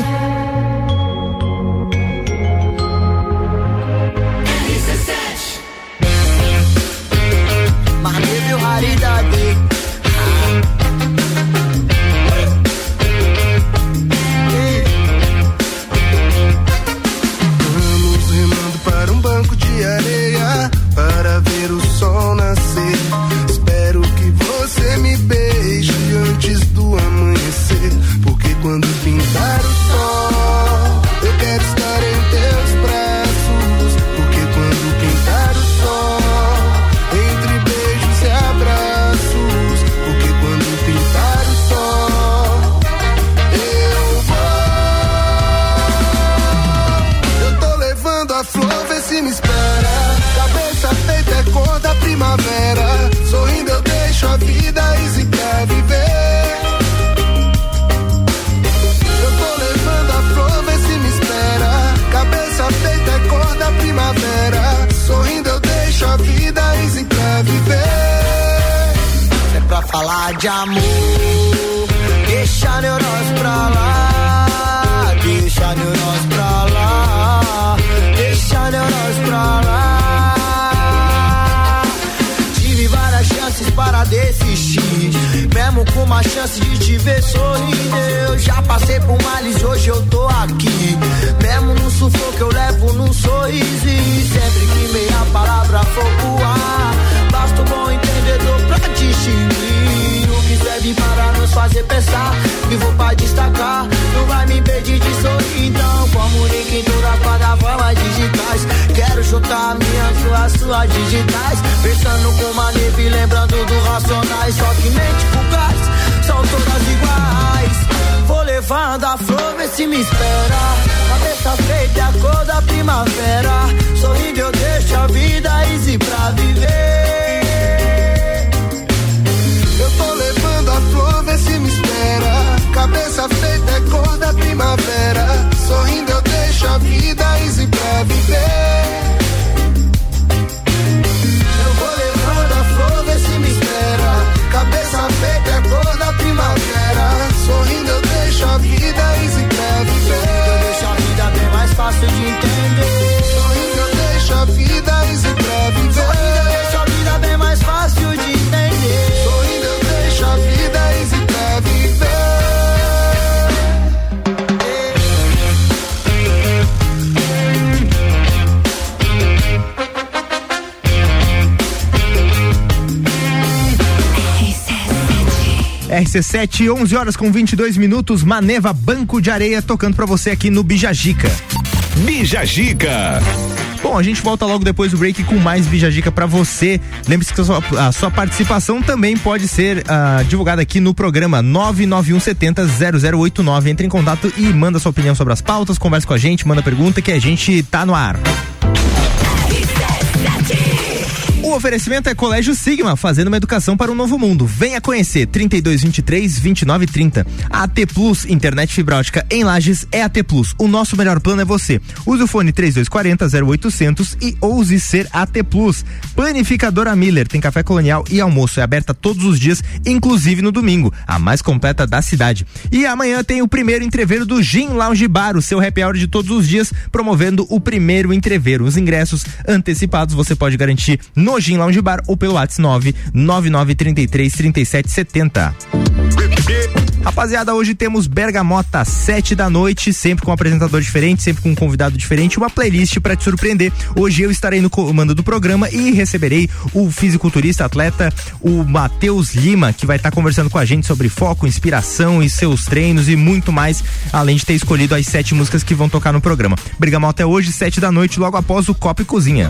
Maneiro raridade. Vamos remando para um banco de areia para ver o sol nascer. Espero que você me beije antes do amanhecer, porque quando pintar o sol, eu quero estar em teus braços. Porque quando pintar o sol, entre beijos e abraços. Porque quando pintar o sol, eu vou. Eu tô levando a flor, vê se me espera. Cabeça feita é cor da primavera. Sorrindo eu deixo a vida easy pra viver. Eu tô levando a flor, vê se me espera. Cabeça feita é cor da primavera. Sorrindo eu deixo a vida easy pra viver. É pra falar de amor, Deixa neurose pra lá, deixa neurose pra lá, deixa neurose pra lá. Tive várias chances para desistir, mesmo com uma chance de te ver sorrindo. Eu já passei por males, hoje eu tô aqui, mesmo no sufoco eu levo num sorriso. E sempre que meia palavra for pro ar, basta um bom entendedor pra distinguir o que serve para nos fazer pensar. Vivo pra destacar, não vai me impedir de sorrir. Então comunique em toda a plataformas digitais, quero juntar a minha com as suas digitais, pensando com uma neve e lembrando do Racionais. Só que mente fugaz, são todas iguais. Vou levando a flor, vê se me espera, cabeça feita é a cor da primavera, sorrindo eu deixo a vida easy pra viver. Eu tô levando a flor, vê se me espera, cabeça feita é cor da primavera, sorrindo eu deixo a vida easy pra viver. Eu vou levando a flor, vê se me espera, cabeça feita é cor da primavera, sorrindo eu deixo a vida easy pra viver. Eu deixo a vida bem mais fácil de entender, sorrindo eu deixo a vida easy pra viver. Sorrindo eu deixo a vida bem mais fácil de entender, sorrindo eu deixo a vida easy pra viver. R C sete, onze horas com vinte e dois minutos, Maneva Banco de Areia tocando pra você aqui no Bijagica. Bijagica. Bom, a gente volta logo depois do break com mais Bijagica pra você. Lembre-se que a sua, a sua participação também pode ser uh, divulgada aqui no programa nove nove um sete zero zero zero oito nove. Entre em contato e manda sua opinião sobre as pautas, conversa com a gente, manda pergunta que a gente tá no ar. O oferecimento é Colégio Sigma, fazendo uma educação para um novo mundo. Venha conhecer, trinta e dois, vinte e três, vinte e nove, trinta. A T Plus, internet fibra ótica em Lages, é a T Plus. O nosso melhor plano é você. Use o fone trinta e dois quarenta, zero oitocentos e ouse ser a T Plus. Panificadora Miller, tem café colonial e almoço. É aberta todos os dias, inclusive no domingo. A mais completa da cidade. E amanhã tem o primeiro entreveiro do Gin Lounge Bar, o seu happy hour de todos os dias, promovendo o primeiro entreveiro. Os ingressos antecipados você pode garantir no Gin Lounge Bar ou pelo WhatsApp nove nove nove três três, três sete sete zero. Rapaziada, hoje temos Bergamota, sete da noite, sempre com um apresentador diferente, sempre com um convidado diferente, uma playlist pra te surpreender. Hoje eu estarei no comando do programa e receberei o fisiculturista, atleta, o Matheus Lima, que vai estar tá conversando com a gente sobre foco, inspiração e seus treinos e muito mais, além de ter escolhido as sete músicas que vão tocar no programa. Bergamota é hoje, sete da noite, logo após o Copa e Cozinha.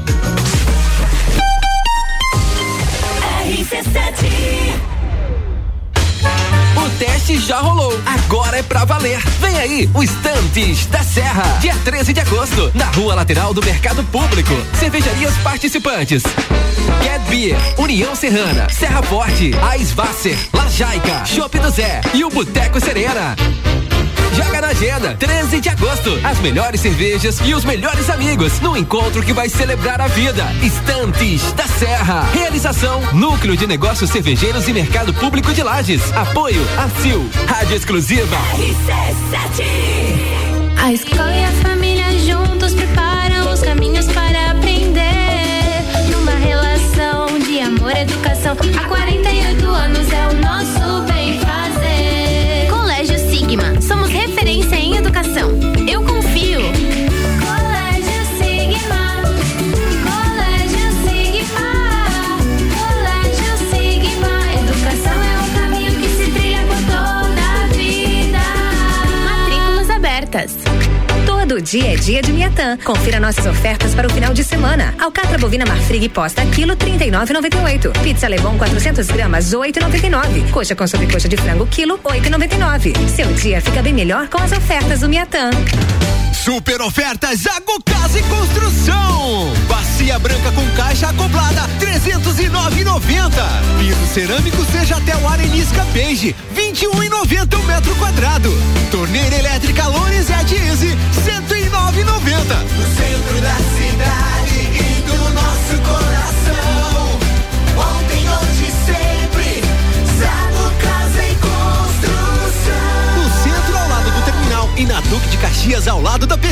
O teste já rolou, agora é pra valer. Vem aí, o Estantes da Serra, dia treze de agosto, na rua lateral do Mercado Público. Cervejarias participantes: Get Beer, União Serrana, Serra Forte, Eisvasser, La Jaica, Chopp do Zé e o Boteco Serena. Joga na agenda, treze de agosto, as melhores cervejas e os melhores amigos no encontro que vai celebrar a vida. Estantes da Serra. Realização: Núcleo de Negócios Cervejeiros e Mercado Público de Lages. Apoio: Acil, Rádio Exclusiva. R C sete. A escola e a família juntos preparam os caminhos para aprender. Numa relação de amor e educação, há quarenta e oito anos é o nosso bem fazer. Colégio Sigma, somos referência em educação. Eu confio. Colégio Sigma, Colégio Sigma, Colégio Sigma. Educação é um caminho que se trilha por toda a vida. Matrículas abertas. Todo dia é dia de Miatã. Confira nossas ofertas para o final de semana. Alcatra bovina Marfrig posta quilo trinta e nove e noventa e oito. Pizza Lebon quatrocentas gramas oito e noventa e nove. Coxa com sobrecoxa de frango quilo oito e noventa e nove. Seu dia fica bem melhor com as ofertas do Miatã. Super ofertas Zago Casa e Construção. Bacia branca com caixa acoplada trezentos e nove reais e noventa centavos. Piso cerâmico seja até o Arenisca Beige vinte e um reais e noventa centavos o metro quadrado. Torneira elétrica Lorenzetti Easy cento e nove reais e noventa centavos. No centro da cidade e do nosso coração. Ontem, hoje, sempre. Zago Casa e Construção.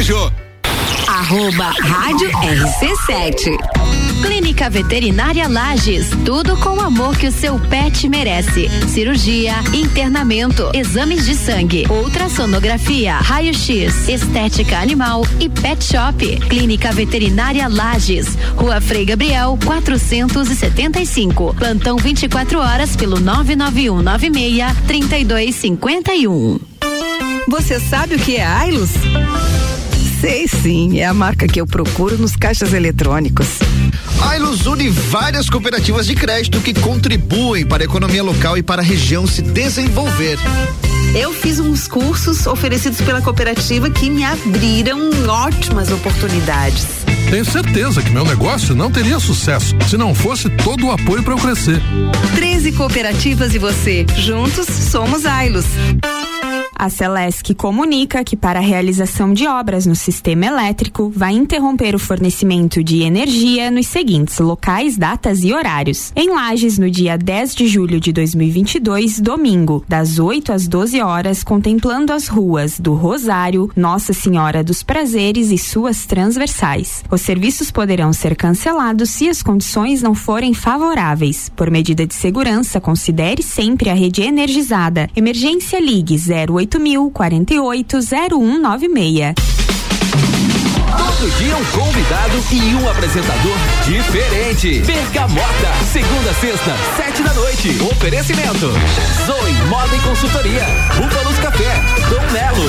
Beijo! Arroba Rádio R C sete. Clínica Veterinária Lages, tudo com o amor que o seu pet merece. Cirurgia, internamento, exames de sangue, ultrassonografia, raio-x, estética animal e pet shop. Clínica Veterinária Lages, Rua Frei Gabriel, quatrocentos e setenta e cinco. Plantão vinte e quatro horas pelo nove nove um nove seis, três dois cinco um. Você sabe o que é Ailus? Sei sim, é a marca que eu procuro nos caixas eletrônicos. Ailus une várias cooperativas de crédito que contribuem para a economia local e para a região se desenvolver. Eu fiz uns cursos oferecidos pela cooperativa que me abriram ótimas oportunidades. Tenho certeza que meu negócio não teria sucesso se não fosse todo o apoio para eu crescer. treze cooperativas e você, juntos somos Ailus. A Celesc comunica que para a realização de obras no sistema elétrico vai interromper o fornecimento de energia nos seguintes locais, datas e horários. Em Lages, no dia dez de julho de dois mil e vinte e dois, domingo, das oito às doze horas, contemplando as ruas do Rosário, Nossa Senhora dos Prazeres e suas transversais. Os serviços poderão ser cancelados se as condições não forem favoráveis. Por medida de segurança, considere sempre a rede energizada. Emergência Ligue zero oito mil, quarenta e oito, zero um nove seis. Todo dia um convidado e um apresentador diferente. Bergamota, segunda a sexta, sete da noite. Oferecimento: Zoe Moda e Consultoria, Búfalos Café, Dom Melo.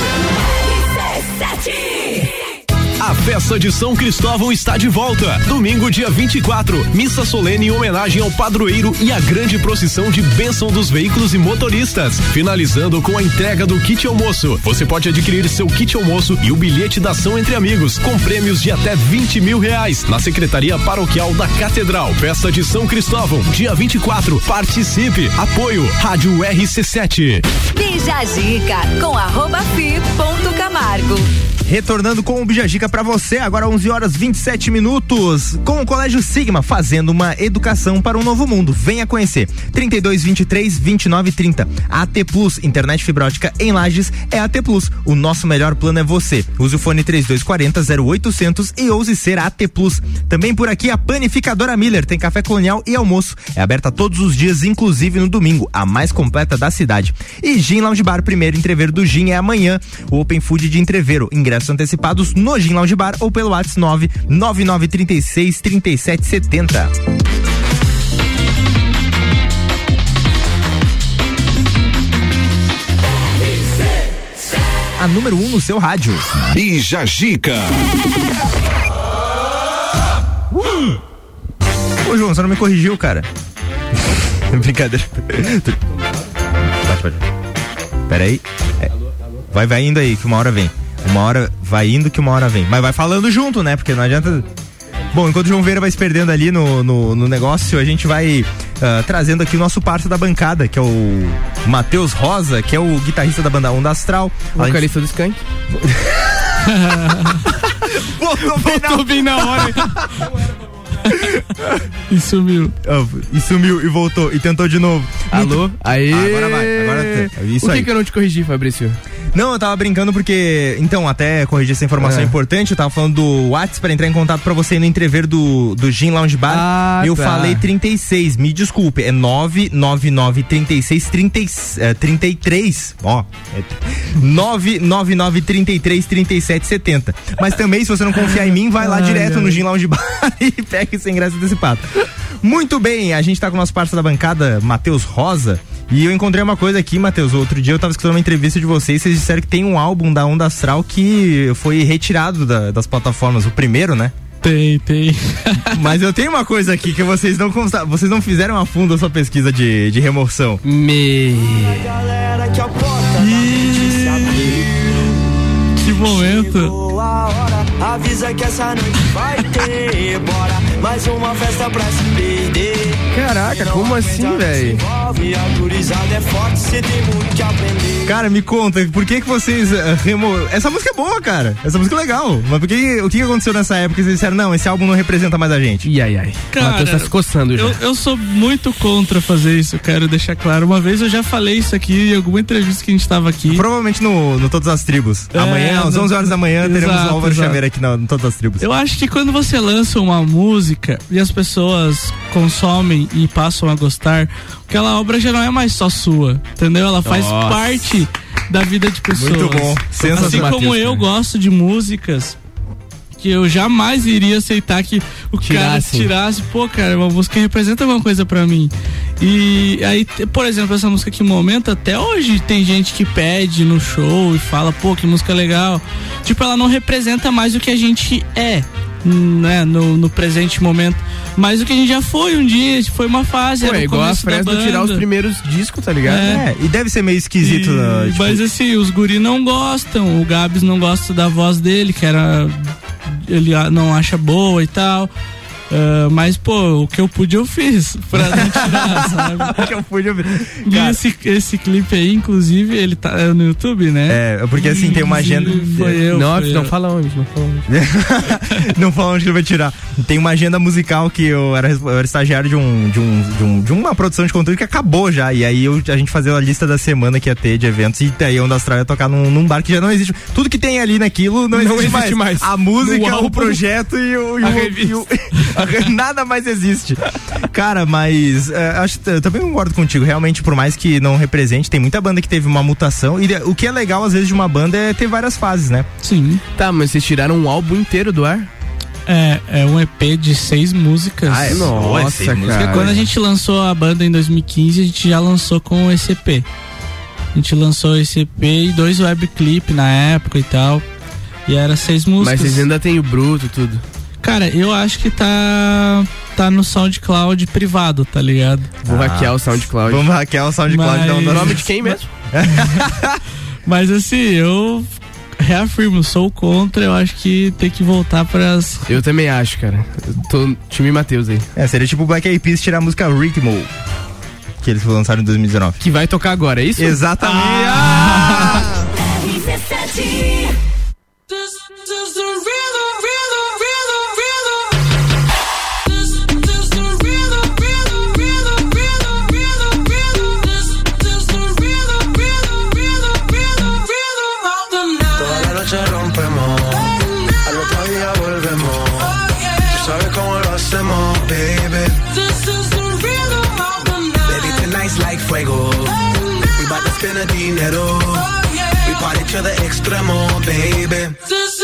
A festa de São Cristóvão está de volta. Domingo, dia vinte e quatro, missa solene em homenagem ao padroeiro e a grande procissão de bênção dos veículos e motoristas. Finalizando com a entrega do kit almoço. Você pode adquirir seu kit almoço e o bilhete da ação entre amigos, com prêmios de até vinte mil reais, na Secretaria Paroquial da Catedral. Festa de São Cristóvão, dia vinte e quatro. Participe. Apoio Rádio R C sete. Bija Dica com arroba fi ponto Camargo. Retornando com o Bija Dica pra você, agora onze horas vinte e sete minutos, com o Colégio Sigma, fazendo uma educação para um novo mundo. Venha conhecer. trinta e dois, vinte e três, vinte e nove, trinta. A T Plus, internet fibra ótica em Lages, é a T Plus. O nosso melhor plano é você. Use o fone trinta e dois quarenta, zero oitocentos e ouse ser a T Plus. Também por aqui a Panificadora Miller, tem café colonial e almoço. É aberta todos os dias, inclusive no domingo, a mais completa da cidade. E Gin Lounge Bar, primeiro entreveiro do Gin é amanhã. O Open Food de entreveiro. Ingressos antecipados no Gin Lounge Bar ou pelo WhatsApp nove nove nove três seis, três sete sete zero. A número um no seu rádio. Bija Dica. Uh! Ô João, você não me corrigiu, cara. Brincadeira. Pode, pode. Pera aí. É. Vai, vai indo aí, que uma hora vem. Uma hora vai indo que uma hora vem. Mas vai falando junto, né? Porque não adianta. Bom, enquanto o João Veira vai se perdendo ali no, no, no negócio, a gente vai uh, trazendo aqui o nosso parceiro da bancada, que é o Matheus Rosa, que é o guitarrista da banda Onda Astral. Vocalista do Skank. Voltou bem na, bem na hora. E sumiu. Oh, e sumiu e voltou e tentou de novo. Alô? Aê! Ah, agora vai, agora isso. Por que aí. que eu não te corrigi, Fabrício? Não, eu tava brincando porque, então, até corrigir essa informação é. importante, eu tava falando do WhatsApp pra entrar em contato pra você ir no entrever do, do Gin Lounge Bar. Ah, eu tá. falei trinta e seis, me desculpe, é nove nove nove, trinta e seis, trinta, trinta e três, ó, é nove nove nove, trinta e três, trinta e sete, setenta. Mas também, se você não confiar em mim, vai lá ai, direto ai. no Gin Lounge Bar e pega esse ingresso antecipado. Muito bem, a gente tá com o nosso parceiro da bancada, Matheus Rosa. E eu encontrei uma coisa aqui, Matheus, outro dia eu tava escutando uma entrevista de vocês, vocês disseram que tem um álbum da Onda Astral que foi retirado da, das plataformas, o primeiro, né? Tem, tem. Mas eu tenho uma coisa aqui que vocês não vocês não fizeram a fundo a sua pesquisa de, de remoção. Me... Que momento. Avisa que essa noite vai ter, bora, mais uma festa pra se perder. Caraca, como assim, velho? A gurizada é forte, cê tem muito que aprender. Cara, me conta, por que que vocês uh, remo... Essa música é boa, cara. Essa música é legal. Mas por que, o que aconteceu nessa época que vocês disseram, não, esse álbum não representa mais a gente? Ih, ai, ai. Cara, Matheus tá se coçando já. Eu, eu sou muito contra fazer isso, quero deixar claro. Uma vez eu já falei isso aqui em alguma entrevista que a gente tava aqui. Provavelmente no, no Todas as Tribos. É, Amanhã, às no... onze horas da manhã, exato, teremos o Álvaro exato. Xavier aqui no, no Todas as Tribos. Eu acho que quando você lança uma música e as pessoas consomem e passam a gostar, aquela obra já não é mais só sua, entendeu? Ela faz Nossa. parte da vida de pessoas. Muito bom. Assim como Mateus, eu cara. gosto de músicas que eu jamais iria aceitar que o Tirasse. cara tirasse, pô, cara, uma música representa alguma coisa pra mim. E aí, por exemplo, essa música que momento, até hoje tem gente que pede no show e fala, pô, que música legal. Tipo, ela não representa mais o que a gente é, né, no, no presente momento, mas o que a gente já foi um dia, foi uma fase. Pô, era é o igual a começo da Fresno banda. tirar os primeiros discos, tá ligado? É, e deve ser meio esquisito. E- né, tipo, Mas assim, os guri não gostam, o Gabs não gosta da voz dele, que era. Ele a- não acha boa e tal. Ah, mas, pô, o que eu pude eu fiz pra não tirar, sabe? O que eu pude ouvir. E Cara, esse, esse clipe aí, inclusive, ele tá é no YouTube, né? é, porque assim, tem uma agenda. Foi eu. não, foi não eu. fala onde, não fala onde. Não fala onde que ele vai tirar. Tem uma agenda musical que eu era, eu era estagiário de, um, de, um, de, um, de uma produção de conteúdo que acabou já. E aí eu, a gente fazia a lista da semana que ia ter de eventos. E daí o Astral ia tocar num, num bar que já não existe. Tudo que tem ali naquilo não, Não existe, existe mais. mais. A música, No o álbum, projeto e o. E a o, revista. e o a re- nada mais existe. Cara, mas é, acho, eu também concordo contigo. Realmente, por mais que não represente, tem muita banda que teve uma mutação. E o que é legal, às vezes, de uma banda é ter várias fases, né? Sim. Tá, mas vocês tiraram um álbum inteiro do ar? É, é um E P de seis músicas. Ah, é? Nossa, seis cara. músicas. Quando a gente lançou a banda em dois mil e quinze, a gente já lançou com esse E P. A gente lançou esse E P e dois webclip na época e tal. E era seis músicas. Mas vocês ainda tem o bruto, tudo. Cara, eu acho que tá tá no SoundCloud privado, tá ligado? Vou Ah, har o SoundCloud. Vamos hackear o SoundCloud. Mas- Então, O nome de quem mesmo? Mas assim, eu reafirmo, sou contra, eu acho que tem que voltar pras... Eu também acho, cara. Eu tô time Matheus aí. É, seria tipo o Black Eyed Peas tirar a música Rhythm, que eles lançaram em dois mil e dezenove. Que vai tocar agora, é isso? Exatamente. Ah! Toda la noche rompemos, al otro día volvemos. Tú sabes cómo lo hacemos, baby. Baby, tonight's like fuego. We bout to spend the dinero. We party to the extremo, baby.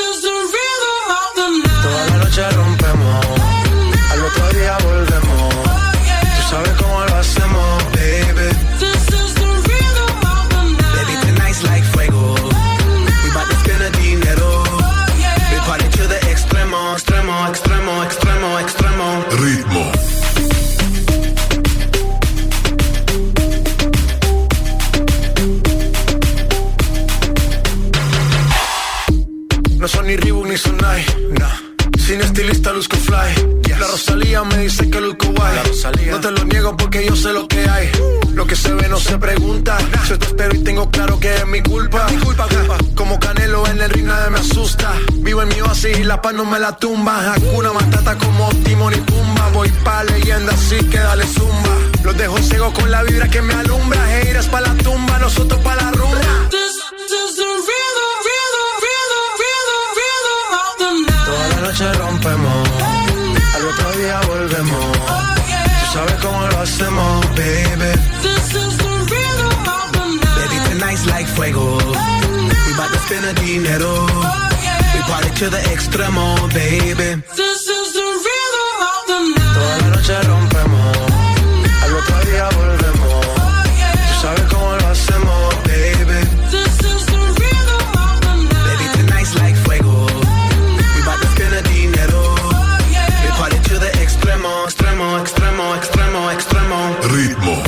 Toda la noche rompemos, al otro día volvemos. Tú sabes cómo lo hacemos, baby. Baby, tonight's like fuego. We bout to spend the dinero. We party to the extremo, extremo, extremo, extremo, extremo. Ritmo. No son ni Reebok ni Sonai, nah. Sin estilista luzco fly. La Rosalía me dice que luzco guay. No te lo niego porque yo sé lo que hay. Lo que se ve no se pregunta. Yo te espero y tengo claro que es mi culpa. Mi culpa, culpa. Como Canelo en el ring nadie me asusta. Vivo en mi oasis y la paz no me la tumba. Hakuna Matata como Timon y Pumba. Voy pa' leyenda así que dale zumba. Los dejo ciego con la vibra que me alumbra. Heiras pa' la tumba, nosotros pa' la rumba. Toda la noche rompemos, al otro día volvemos. Tú sabes cómo lo hacemos, baby. Baby, tonight's like fuego. We bout to spend the dinero. We party to the extremo, baby. Toda la noche rompemos, al otro día volvemos. Tú sabes cómo lo hacemos, baby. Baby, tonight's like fuego. We bout to spend the dinero. We party to the extremo, extremo, extremo, extremo, extremo. Ritmo.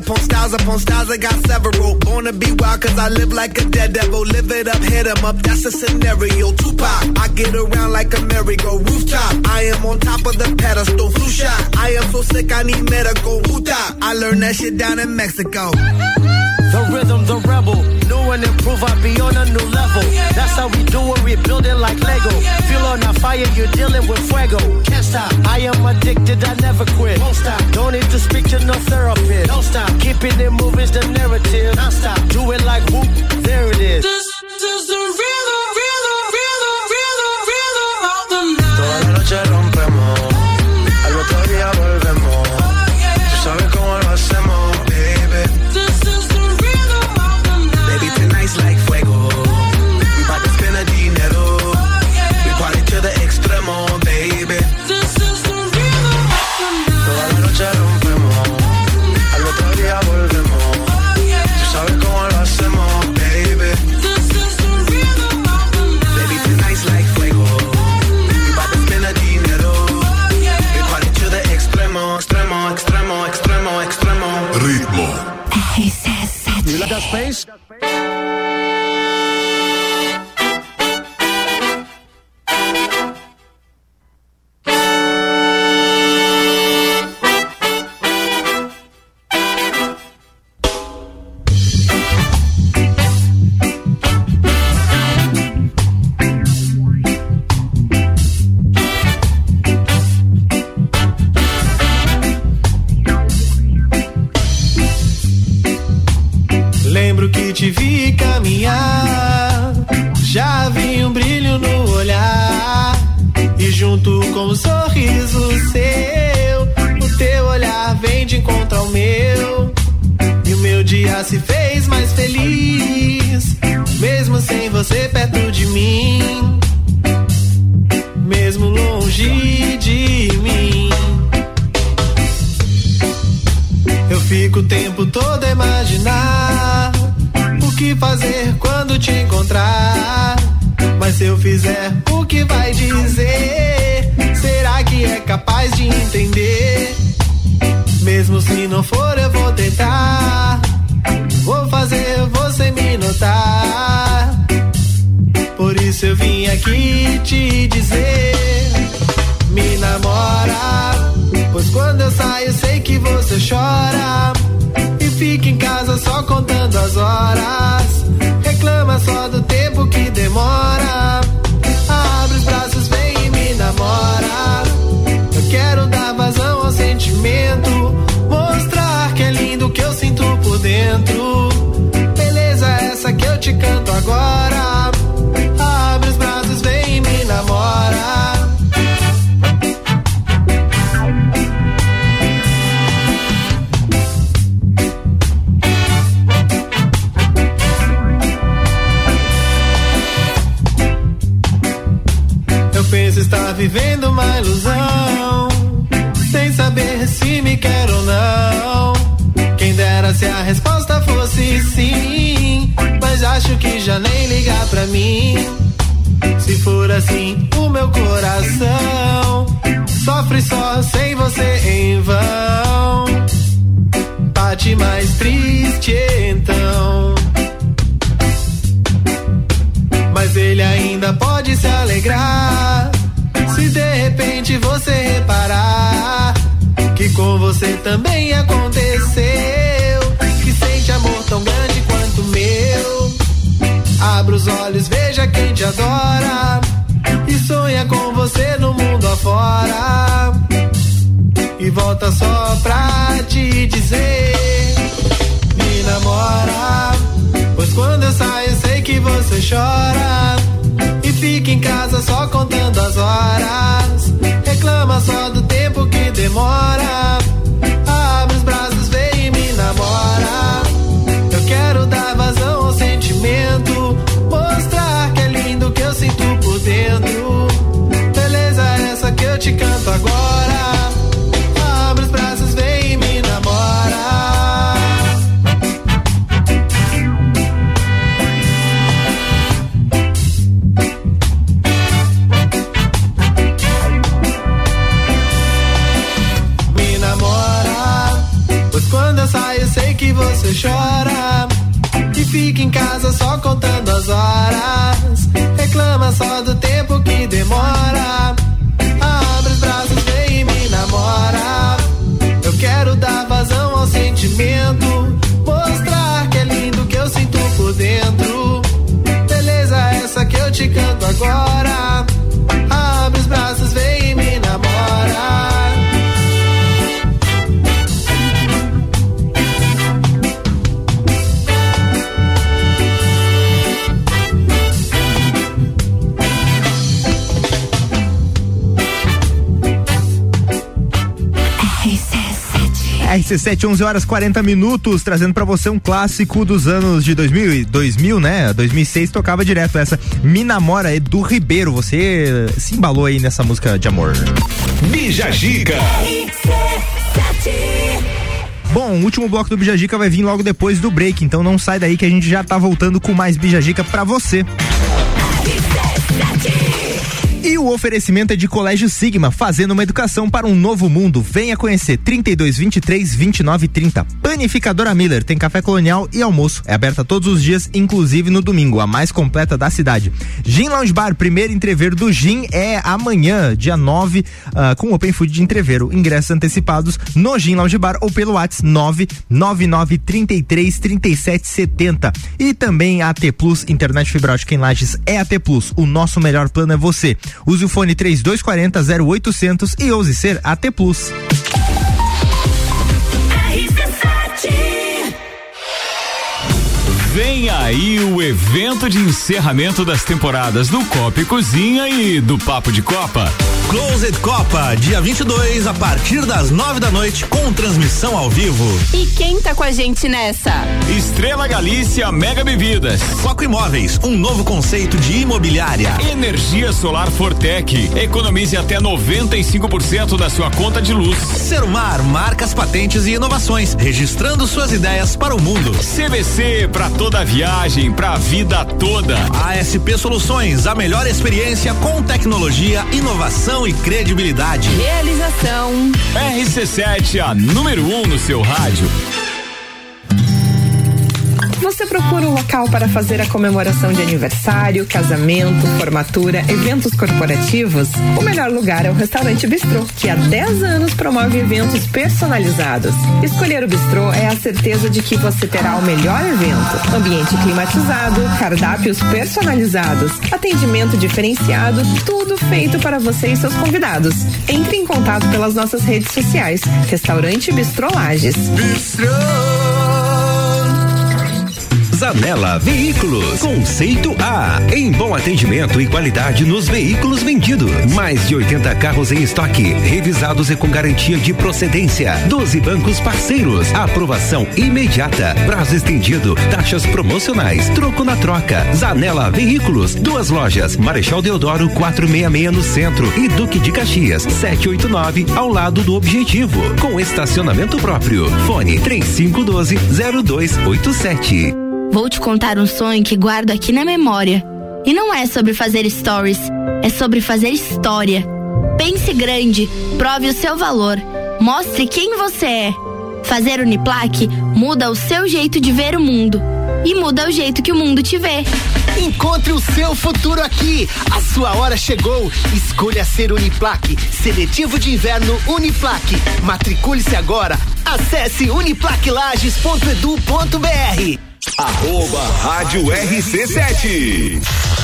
upon styles upon styles, I got several. Born to be wild cause I live like a dead devil. Live it up, hit 'em up, that's a scenario. Tupac, I get around like a merry-go rooftop. I am on top of the pedestal, flu shot. I am so sick, I need medical. Uta, I learned that shit down in Mexico. The rhythm, the rebel. New and improve, I be on a new level. That's how we do it, we build it like Lego. Feel on a fire, you're dealing with fuego. Can't stop, I am addicted, I never quit. Won't stop, don't need to speak to no therapist. Don't stop, keeping it moving's the narrative. Don't stop, do it like whoop, there it is. This, this the rhythm, rhythm, rhythm, rhythm, rhythm of the night. Toda la noche rompemos, al otro día volvemos. Tú sabes cómo lo hacemos, baby. This is the rhythm of the night. Baby, tonight's like fuego. We bout to spend a dinero. We party to the extremo, baby. This is the rhythm of the night. Toda la noche rompemos, al otro día volvemos. Tú sabes cómo lo hacemos, baby. This is the rhythm of the night. Baby, tonight's like fuego. We bout to spend a dinero. We party to the extremo, extremo, extremo, extremo, extremo. Ritmo. You like that space? Lembro que te vi caminhar, já vi um brilho no olhar, e junto com o sorriso seu, o teu olhar vem de encontro ao meu, e o meu dia se fez mais feliz, mesmo sem você perto de mim, mesmo longe de mim. Eu fico o tempo todo a imaginar o que fazer quando te encontrar. Mas se eu fizer, o que vai dizer? Será que é capaz de entender? Mesmo se não for, eu vou tentar. Vou fazer você me notar. Por isso eu vim aqui te dizer: me namora, pois quando eu saio sei que você chora e fica em casa só contando as horas, reclama só do tempo que demora. Abre os braços, vem e me namora. Eu quero dar vazão ao sentimento, mostrar que é lindo o que eu sinto por dentro. Beleza essa que eu te canto agora. Abre os braços, vem e me namora. Penso estar vivendo uma ilusão, sem saber se me quer ou não. Quem dera se a resposta fosse sim, mas acho que já nem ligar pra mim. Se for assim, o meu coração sofre só sem você em vão. Bate mais triste então, mas ele ainda pode se alegrar se de repente você reparar que com você também aconteceu, que sente amor tão grande quanto o meu. Abra os olhos, veja quem te adora e sonha com você no mundo afora. E volta só pra te dizer: me namora, pois quando eu saio sei que você chora e fica em casa só contando as horas, reclama só do tempo que demora. Abre os braços, vem e me namora. Eu quero dar vazão ao sentimento, mostrar que é lindo o que eu sinto por dentro. Beleza essa que eu te canto agora. Abre os braços, vem e me namora. momento agora. Abre os braços, vem e me namora. R C sete, onze horas quarenta minutos, trazendo pra você um clássico dos anos de dois mil, dois mil, né? dois mil e seis tocava direto essa Me Namora, Edu Ribeiro. Você se embalou aí nessa música de amor. Bija Gica. Bom, o último bloco do Bija Gica vai vir logo depois do break, então não sai daí que a gente já tá voltando com mais Bija Gica pra você. E o oferecimento é de Colégio Sigma, fazendo uma educação para um novo mundo. Venha conhecer. Trinta e dois, vinte e três, vinte e nove, trinta. Panificadora Miller tem café colonial e almoço. É aberta todos os dias, inclusive no domingo, a mais completa da cidade. Gin Lounge Bar, primeiro entreveiro do Gin é amanhã, dia nove, uh, com Open Food de entreveiro. Ingressos antecipados no Gin Lounge Bar ou pelo WhatsApp nove nove nove, trinta e três, trinta e sete, setenta. E também a A T Plus, internet fibra ótica em Lages é A T Plus. O nosso melhor plano é você. Use o fone trinta e dois quarenta, zero oitocentos e ouse ser A T Plus. Vem aí o evento de encerramento das temporadas do Copa e Cozinha e do Papo de Copa. Closet Copa, dia vinte e dois, a partir das nove da noite, com transmissão ao vivo. E quem tá com a gente nessa? Estrela Galícia Mega Bebidas. Foco Imóveis, um novo conceito de imobiliária. Energia Solar Fortec, economize até noventa e cinco por cento da sua conta de luz. Serumar, marcas, patentes e inovações, registrando suas ideias para o mundo. C V C, pra toda a viagem, pra vida toda. A S P Soluções, a melhor experiência com tecnologia, inovação e credibilidade. Realização R C sete, a número um no seu rádio. Você procura um local para fazer a comemoração de aniversário, casamento, formatura, eventos corporativos? O melhor lugar é o Restaurante Bistrô, que há dez anos promove eventos personalizados. Escolher o Bistrô é a certeza de que você terá o melhor evento. Ambiente climatizado, cardápios personalizados, atendimento diferenciado, tudo feito para você e seus convidados. Entre em contato pelas nossas redes sociais. Restaurante Bistrô Lages. Bistrô! Zanela Veículos, conceito A, em bom atendimento e qualidade nos veículos vendidos. Mais de oitenta carros em estoque, revisados e com garantia de procedência. doze bancos parceiros, aprovação imediata, prazo estendido, taxas promocionais, troco na troca. Zanela Veículos, duas lojas, Marechal Deodoro quatrocentos e sessenta e seis no centro e Duque de Caxias setecentos e oitenta e nove ao lado do Objetivo, com estacionamento próprio. Fone três cinco um dois, zero dois oito sete. Vou te contar um sonho que guardo aqui na memória. E não é sobre fazer stories, é sobre fazer história. Pense grande, prove o seu valor, mostre quem você é. Fazer Uniplaque muda o seu jeito de ver o mundo e muda o jeito que o mundo te vê. Encontre o seu futuro aqui. A sua hora chegou. Escolha ser Uniplaque. Seletivo de inverno Uniplaque. Matricule-se agora. Acesse uniplaquelages ponto edu ponto br. Arroba Rádio R C sete.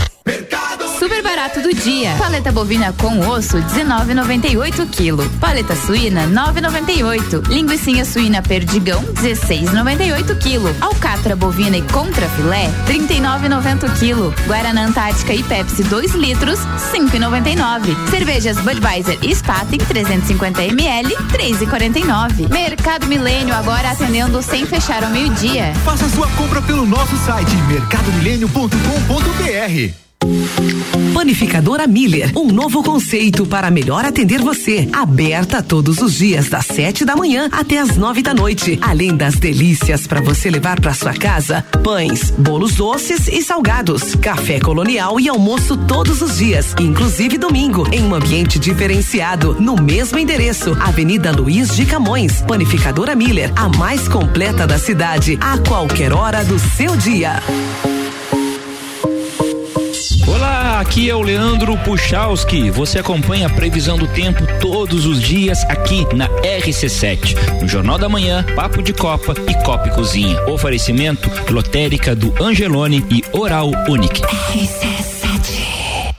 Super barato do dia. Paleta bovina com osso dezenove reais e noventa e oito quilo. Paleta suína nove reais e noventa e oito. Linguicinha suína perdigão dezesseis reais e noventa e oito quilo. Alcatra bovina e contrafilé trinta e nove reais e noventa quilo. Guaraná Antártica e Pepsi dois litros cinco reais e noventa e nove. Cervejas Budweiser e Spaten trezentos e cinquenta mililitros três reais e quarenta e nove. Mercado Milênio agora atendendo sem fechar ao meio-dia. Faça sua compra pelo nosso site mercado milênio ponto com ponto br. Panificadora Miller, um novo conceito para melhor atender você. Aberta todos os dias das sete da manhã até as nove da noite. Além das delícias para você levar para sua casa: pães, bolos doces e salgados, café colonial e almoço todos os dias, inclusive domingo, em um ambiente diferenciado, no mesmo endereço, Avenida Luiz de Camões. Panificadora Miller, a mais completa da cidade, a qualquer hora do seu dia. Olá, aqui é o Leandro Puchalski. Você acompanha a previsão do tempo todos os dias aqui na R C sete. No Jornal da Manhã, Papo de Copa e Copa e Cozinha. Oferecimento lotérica do Angelone e Oral Unique. R C sete.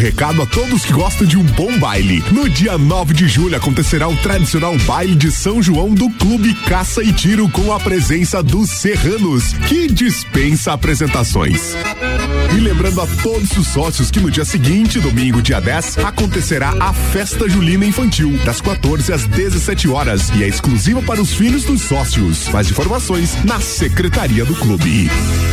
recado a todos que gostam de um bom baile. No dia nove de julho acontecerá o tradicional baile de São João do Clube Caça e Tiro com a presença dos Serranos, que dispensa apresentações. E lembrando a todos os sócios que no dia seguinte, domingo, dia dez, acontecerá a Festa Julina Infantil, das quatorze às dezessete horas, e é exclusiva para os filhos dos sócios. Mais informações na Secretaria do Clube.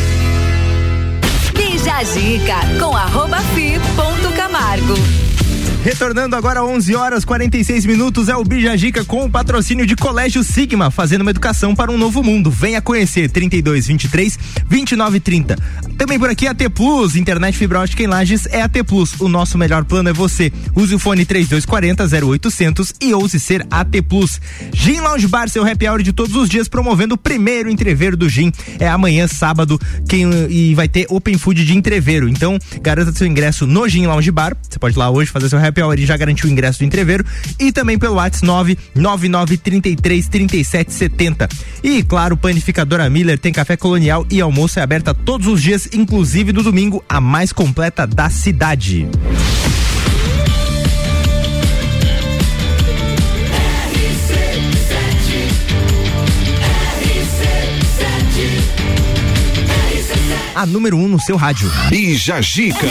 Bija Zica com arroba fi ponto Camargo. Retornando agora às onze horas e quarenta e seis minutos, é o Bija Zica com o patrocínio de Colégio Sigma, fazendo uma educação para um novo mundo. Venha conhecer, trinta e dois, vinte e três, vinte e nove, trinta. Também por aqui a T Plus, internet fibra ótica em Lages é a T Plus. O nosso melhor plano é você. Use o fone trinta e dois quarenta, zero oitocentos e ouse ser a T Plus. Gin Lounge Bar, seu happy hour de todos os dias, promovendo o primeiro entreveiro do Gin. É amanhã, sábado, quem, e vai ter Open Food de entreveiro. Então, garanta seu ingresso no Gin Lounge Bar. Você pode ir lá hoje fazer seu happy hour e já garantiu o ingresso do entreveiro, e também pelo WhatsApp nove nove nove, trinta e três, trinta e sete, setenta. E claro, Panificadora Miller tem café colonial e almoço é aberta todos os dias, inclusive no domingo, a mais completa da cidade. A número um no seu rádio. Bija Zica.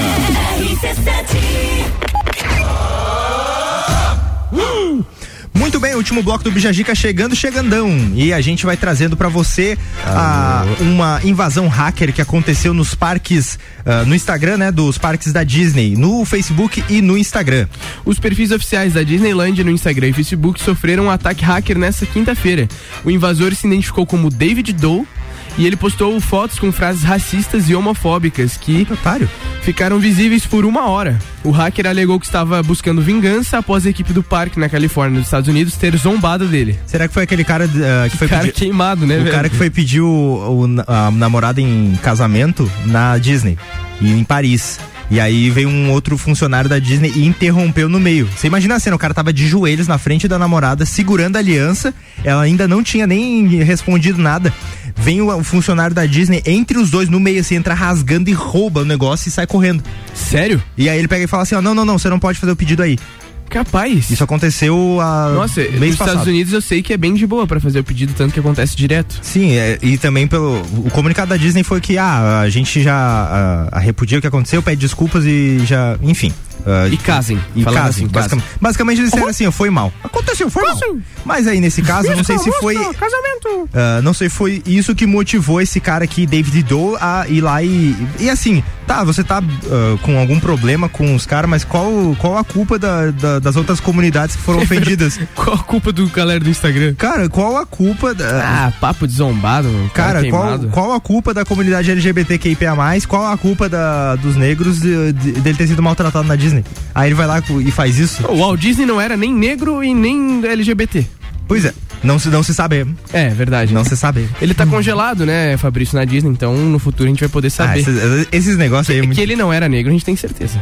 Muito bem, último bloco do Bija Zica chegando, chegandão. E a gente vai trazendo pra você ah, uma invasão hacker que aconteceu nos parques, uh, no Instagram, né? Dos parques da Disney, no Facebook e no Instagram. Os perfis oficiais da Disneyland no Instagram e Facebook sofreram um ataque hacker nesta quinta-feira. O invasor se identificou como David Doe e ele postou fotos com frases racistas e homofóbicas que Otário. ficaram visíveis por uma hora. O hacker alegou que estava buscando vingança após a equipe do parque na Califórnia, nos Estados Unidos, ter zombado dele. Será que foi aquele cara uh, que foi cara pedir... queimado, né, O velho? cara que foi pedir o, o, a namorada em casamento na Disney e em Paris. E aí veio um outro funcionário da Disney e interrompeu no meio. Você imagina a cena, o cara tava de joelhos na frente da namorada, segurando a aliança, ela ainda não tinha nem respondido nada. Vem o, o funcionário da Disney entre os dois no meio, assim, entra rasgando e rouba o negócio e sai correndo. Sério? E aí ele pega e fala assim, ó, não, não, não, você não pode fazer o pedido aí. Capaz. Isso aconteceu a Nossa, mês nos passado. Estados Unidos eu sei que é bem de boa pra fazer o pedido, tanto que acontece direto. Sim, é, e também pelo o comunicado da Disney foi que ah, a gente já a, a repudia o que aconteceu, pede desculpas e já, enfim. Uh, e casem. E Falando casem. assim, basicamente, casem. basicamente eles disseram assim, foi mal. Aconteceu, foi mal. Mas aí nesse caso, eu não sei se foi. Casamento. Uh, não sei se foi isso que motivou esse cara aqui, David Doe, a ir lá e. E assim, tá, você tá uh, com algum problema com os caras, mas qual, qual a culpa da, da, das outras comunidades que foram ofendidas? Qual a culpa do galera do Instagram? Cara, qual a culpa da. Ah, papo de zombado, cara, cara qual, qual a culpa da comunidade L G B T Q I P A mais? Qual a culpa da, dos negros de, de, dele ter sido maltratado na Disney? Aí ele vai lá e faz isso? O Walt Disney não era nem negro e nem L G B T. Pois é, não se, não se sabe. É, verdade. Não se sabe. Ele tá congelado, né, Fabrício, na Disney, então no futuro a gente vai poder saber. Ah, esses, esses negócios aí... Que, é muito... que ele não era negro, a gente tem certeza.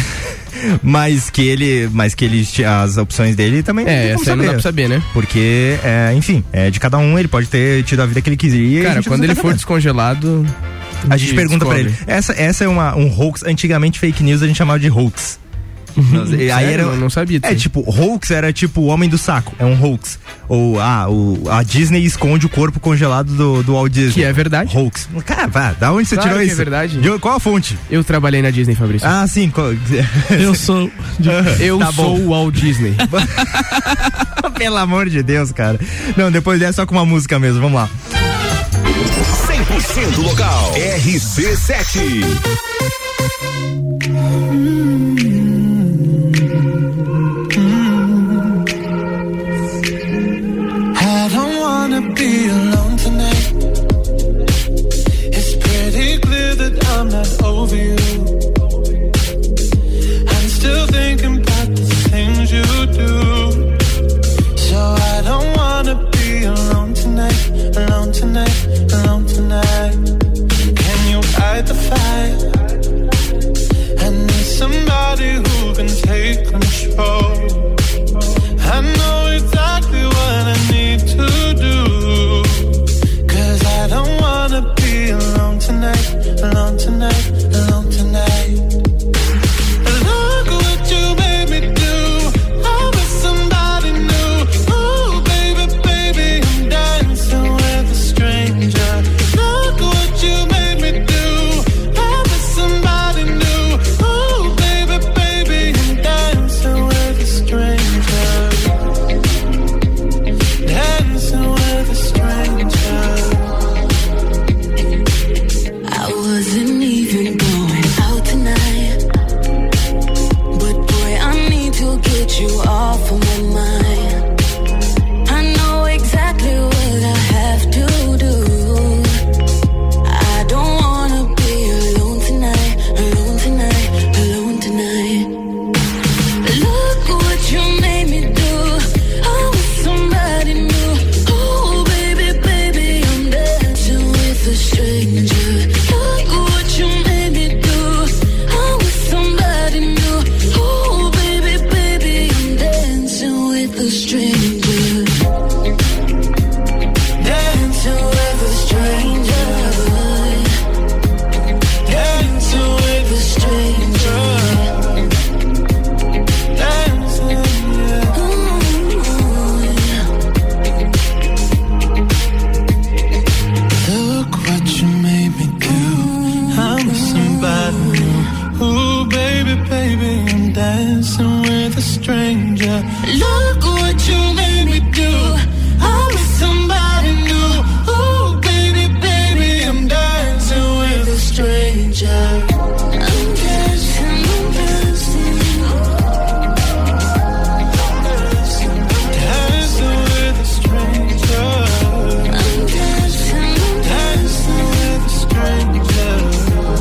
mas que ele, mas que ele, as opções dele também é, não tem como essa saber. não dá pra saber, né? Porque, é, enfim, é de cada um, ele pode ter tido a vida que ele quisia. Cara, quando ele for saber. descongelado... A gente pergunta descobre. pra ele. Essa, essa é uma, um hoax, antigamente fake news a gente chamava de hoax. Uhum. Aí Sério? era, eu não sabia disso. É tipo, hoax era tipo o homem do saco, é um hoax. Ou ah, o, a Disney esconde o corpo congelado do, do Walt Disney. Que é verdade. Hoax. Cara, vá, da onde você claro tirou que isso? É verdade. De, qual a fonte? Eu trabalhei na Disney, Fabrício. Ah, sim. Qual... Eu sou. Eu tá sou o Walt Disney. Pelo amor de Deus, cara. Não, depois dessa só com uma música mesmo, vamos lá. cem por cento local. R C sete. I don't wanna be alone tonight. It's pretty clear that I'm not over you. I'm still thinking about the things you do. So I don't wanna be alone tonight, alone tonight, alone tonight. Can you fight the fight? I need somebody who dancing with a stranger. Look what you made me do. I'm with somebody new. Ooh, baby, baby, I'm dancing with a stranger. I'm dancing, I'm dancing. Dancing with a stranger. I'm dancing, I'm dancing with a stranger.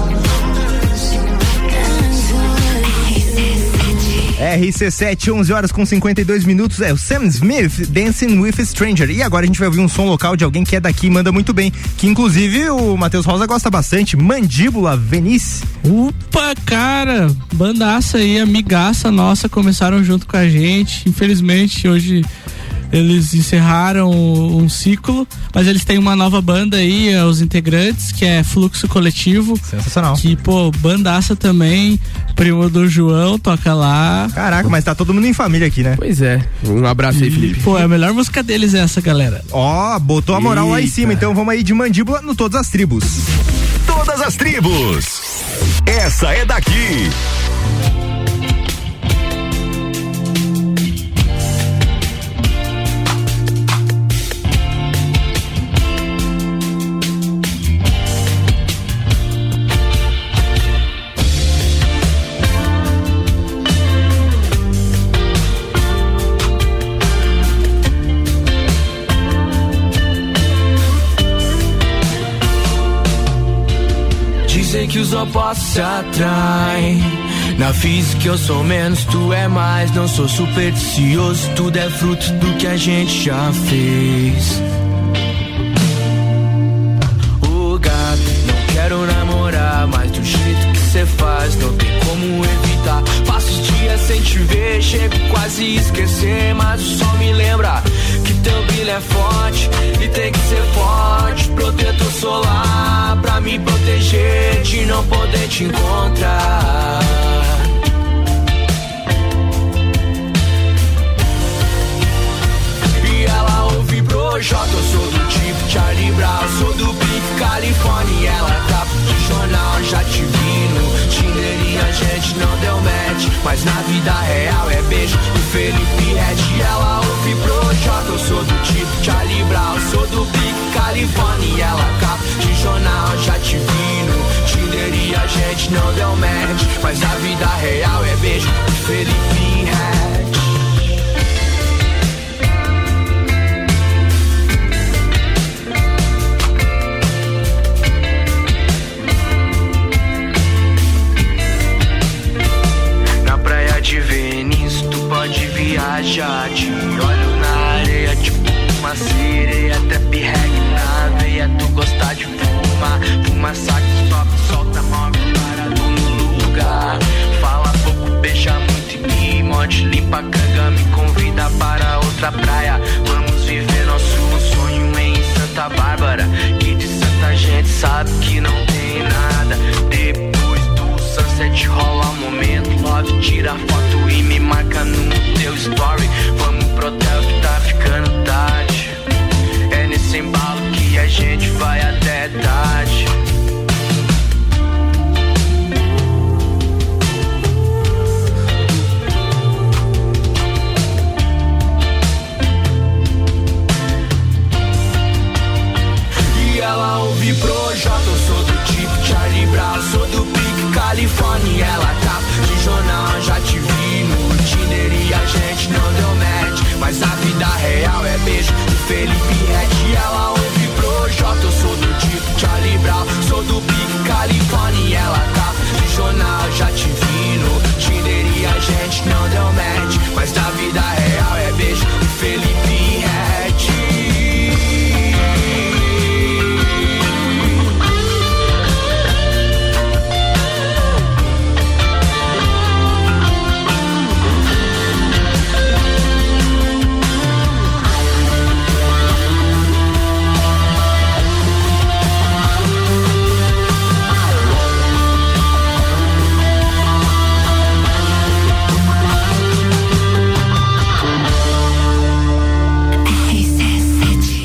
R C sete, onze horas com cinquenta e dois minutos, é o Sam Smith, Dancing with a Stranger. E agora a gente vai ouvir um som local de alguém que é daqui e manda muito bem, que inclusive o Matheus Rosa gosta bastante, Mandíbula, Venice. Opa, cara, bandaça aí, amigaça nossa, começaram junto com a gente, infelizmente hoje eles encerraram um ciclo, mas eles têm uma nova banda aí, os integrantes, que é Fluxo Coletivo. Sensacional. Que, pô, bandaça também, primo do João, toca lá. Caraca, mas tá todo mundo em família aqui, né? Pois é, um abraço aí, Felipe. Pô, a melhor música deles é essa, galera. Ó, oh, botou a moral Eita. lá em cima, então vamos aí de Mandíbula no Todas as Tribos. Todas as Tribos, essa é daqui. Dizem que os opostos se atraem. Na física eu sou menos, tu é mais. Não sou supersticioso, tudo é fruto do que a gente já fez. Ô gato, não quero namorar, mas do jeito que cê faz não tem como evitar. Passo os dias sem te ver, chego quase a esquecer, mas o sol me lembra que teu brilho é forte e tem que ser forte. Protetor solar pra me proteger de não poder te encontrar. E ela ouve Projota, eu sou do tipo Charlie Brown, sou do Big California. Ela tá de jornal, já te vi no Tinder e a gente não deu match, mas na vida real é beijo do Felipe Red. E ela ouve Projota, eu sou do tipo Charlie Brown, sou do Big California. Ela capa de jornal, já te vi no Tinder e a gente não deu match, mas na vida real é beijo do Felipe Red. De Venice, tu pode viajar. Te olho na areia, tipo uma sereia. Até pirregue na veia, tu gosta de fumar. Fuma saco, sobe, solta, move, parado no lugar. Fala pouco, beija muito e me morde. Limpa a canga, me convida para outra praia. Vamos viver nosso sonho em Santa Bárbara, que de Santa gente sabe que não tem nada. Depois do sunset rola um momento love, tira foto e me marca no teu story. Vamos pro hotel que tá ficando tarde. É nesse embalo que a gente vai até tarde. E ela ouve Projota, eu sou do tipo Charlie Brown, sou do Big California. Ela tá de jornal, já te vi no Tinder e a gente não deu match, mas a vida real é beijo do Felipe Red. E ela ouve Projota, eu sou do tipo Charlie Brown, sou do Big California. Ela tá de jornal, já te vi no Tinder e a gente não deu match, mas a vida real é beijo do Felipe Red.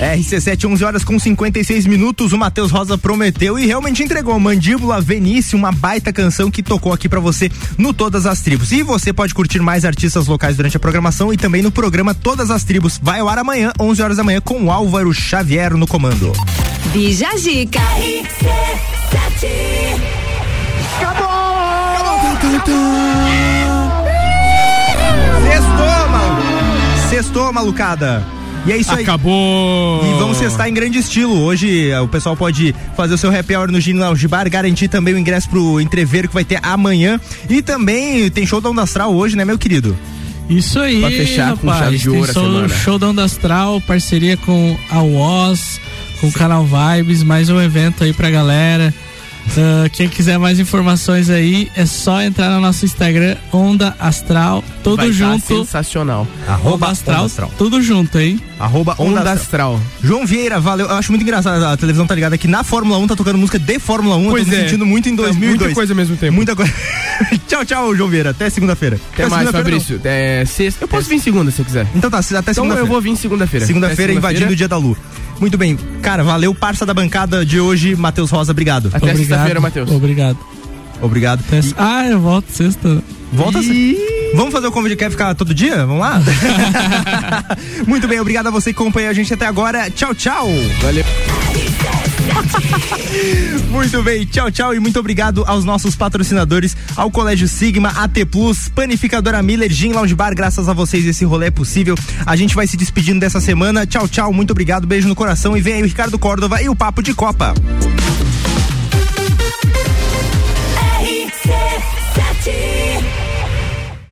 R C sete, onze horas com cinquenta e seis minutos. O Matheus Rosa prometeu e realmente entregou. Mandíbula Venício, uma baita canção que tocou aqui pra você no Todas as Tribos. E você pode curtir mais artistas locais durante a programação e também no programa Todas as Tribos. Vai ao ar amanhã, onze horas da manhã, com o Álvaro Xavier no comando. Bija Zica. Sextou, maluco. Sextou, malucada. E é isso aí. Acabou. E vamos sextar em grande estilo. Hoje o pessoal pode fazer o seu happy hour no Gin Lounge Bar, garantir também o ingresso pro entreveiro que vai ter amanhã. E também tem show da Onda Astral hoje, né, meu querido? Isso aí, pra fechar rapaz, com chave de ouro a semana. Show da Onda Astral, parceria com a U O S, com o canal Vibes, mais um evento aí pra galera. Uh, quem quiser mais informações aí, é só entrar no nosso Instagram, Onda Astral, tudo Vai junto. Tá sensacional. Arroba Onda Astral, Onda Astral. tudo junto, hein? Arroba Onda, Onda Astral. Astral. João Vieira, valeu. Eu acho muito engraçado, a televisão tá ligada que na Fórmula um tá tocando música de Fórmula um. Pois eu tô me é. sentindo muito em dois mil e dois. Muita coisa ao mesmo tempo. Muita coisa. Tchau, tchau, João Vieira. Até segunda-feira. Até mais, segunda-feira, Fabrício. É, sexta. Eu posso vir em segunda se quiser. Então tá, até Então segunda-feira. eu vou vir segunda-feira. Segunda-feira, Até invadindo o dia da Lu. Muito bem. Cara, valeu, parça da bancada de hoje, Matheus Rosa, obrigado. Até sexta-feira, Matheus. Obrigado. Obrigado. Até... Ah, eu volto sexta. Volta e... Vamos fazer o convite, quer ficar todo dia? Vamos lá? Muito bem, obrigado a você que acompanhou a gente até agora. Tchau, tchau. Valeu. Muito bem, tchau, tchau e muito obrigado aos nossos patrocinadores, ao Colégio Sigma, A T Plus, Panificadora Miller, Gin Lounge Bar. Graças a vocês esse rolê é possível. A gente vai se despedindo dessa semana. Tchau, tchau, muito obrigado, beijo no coração e vem aí o Ricardo Córdova e o Papo de Copa.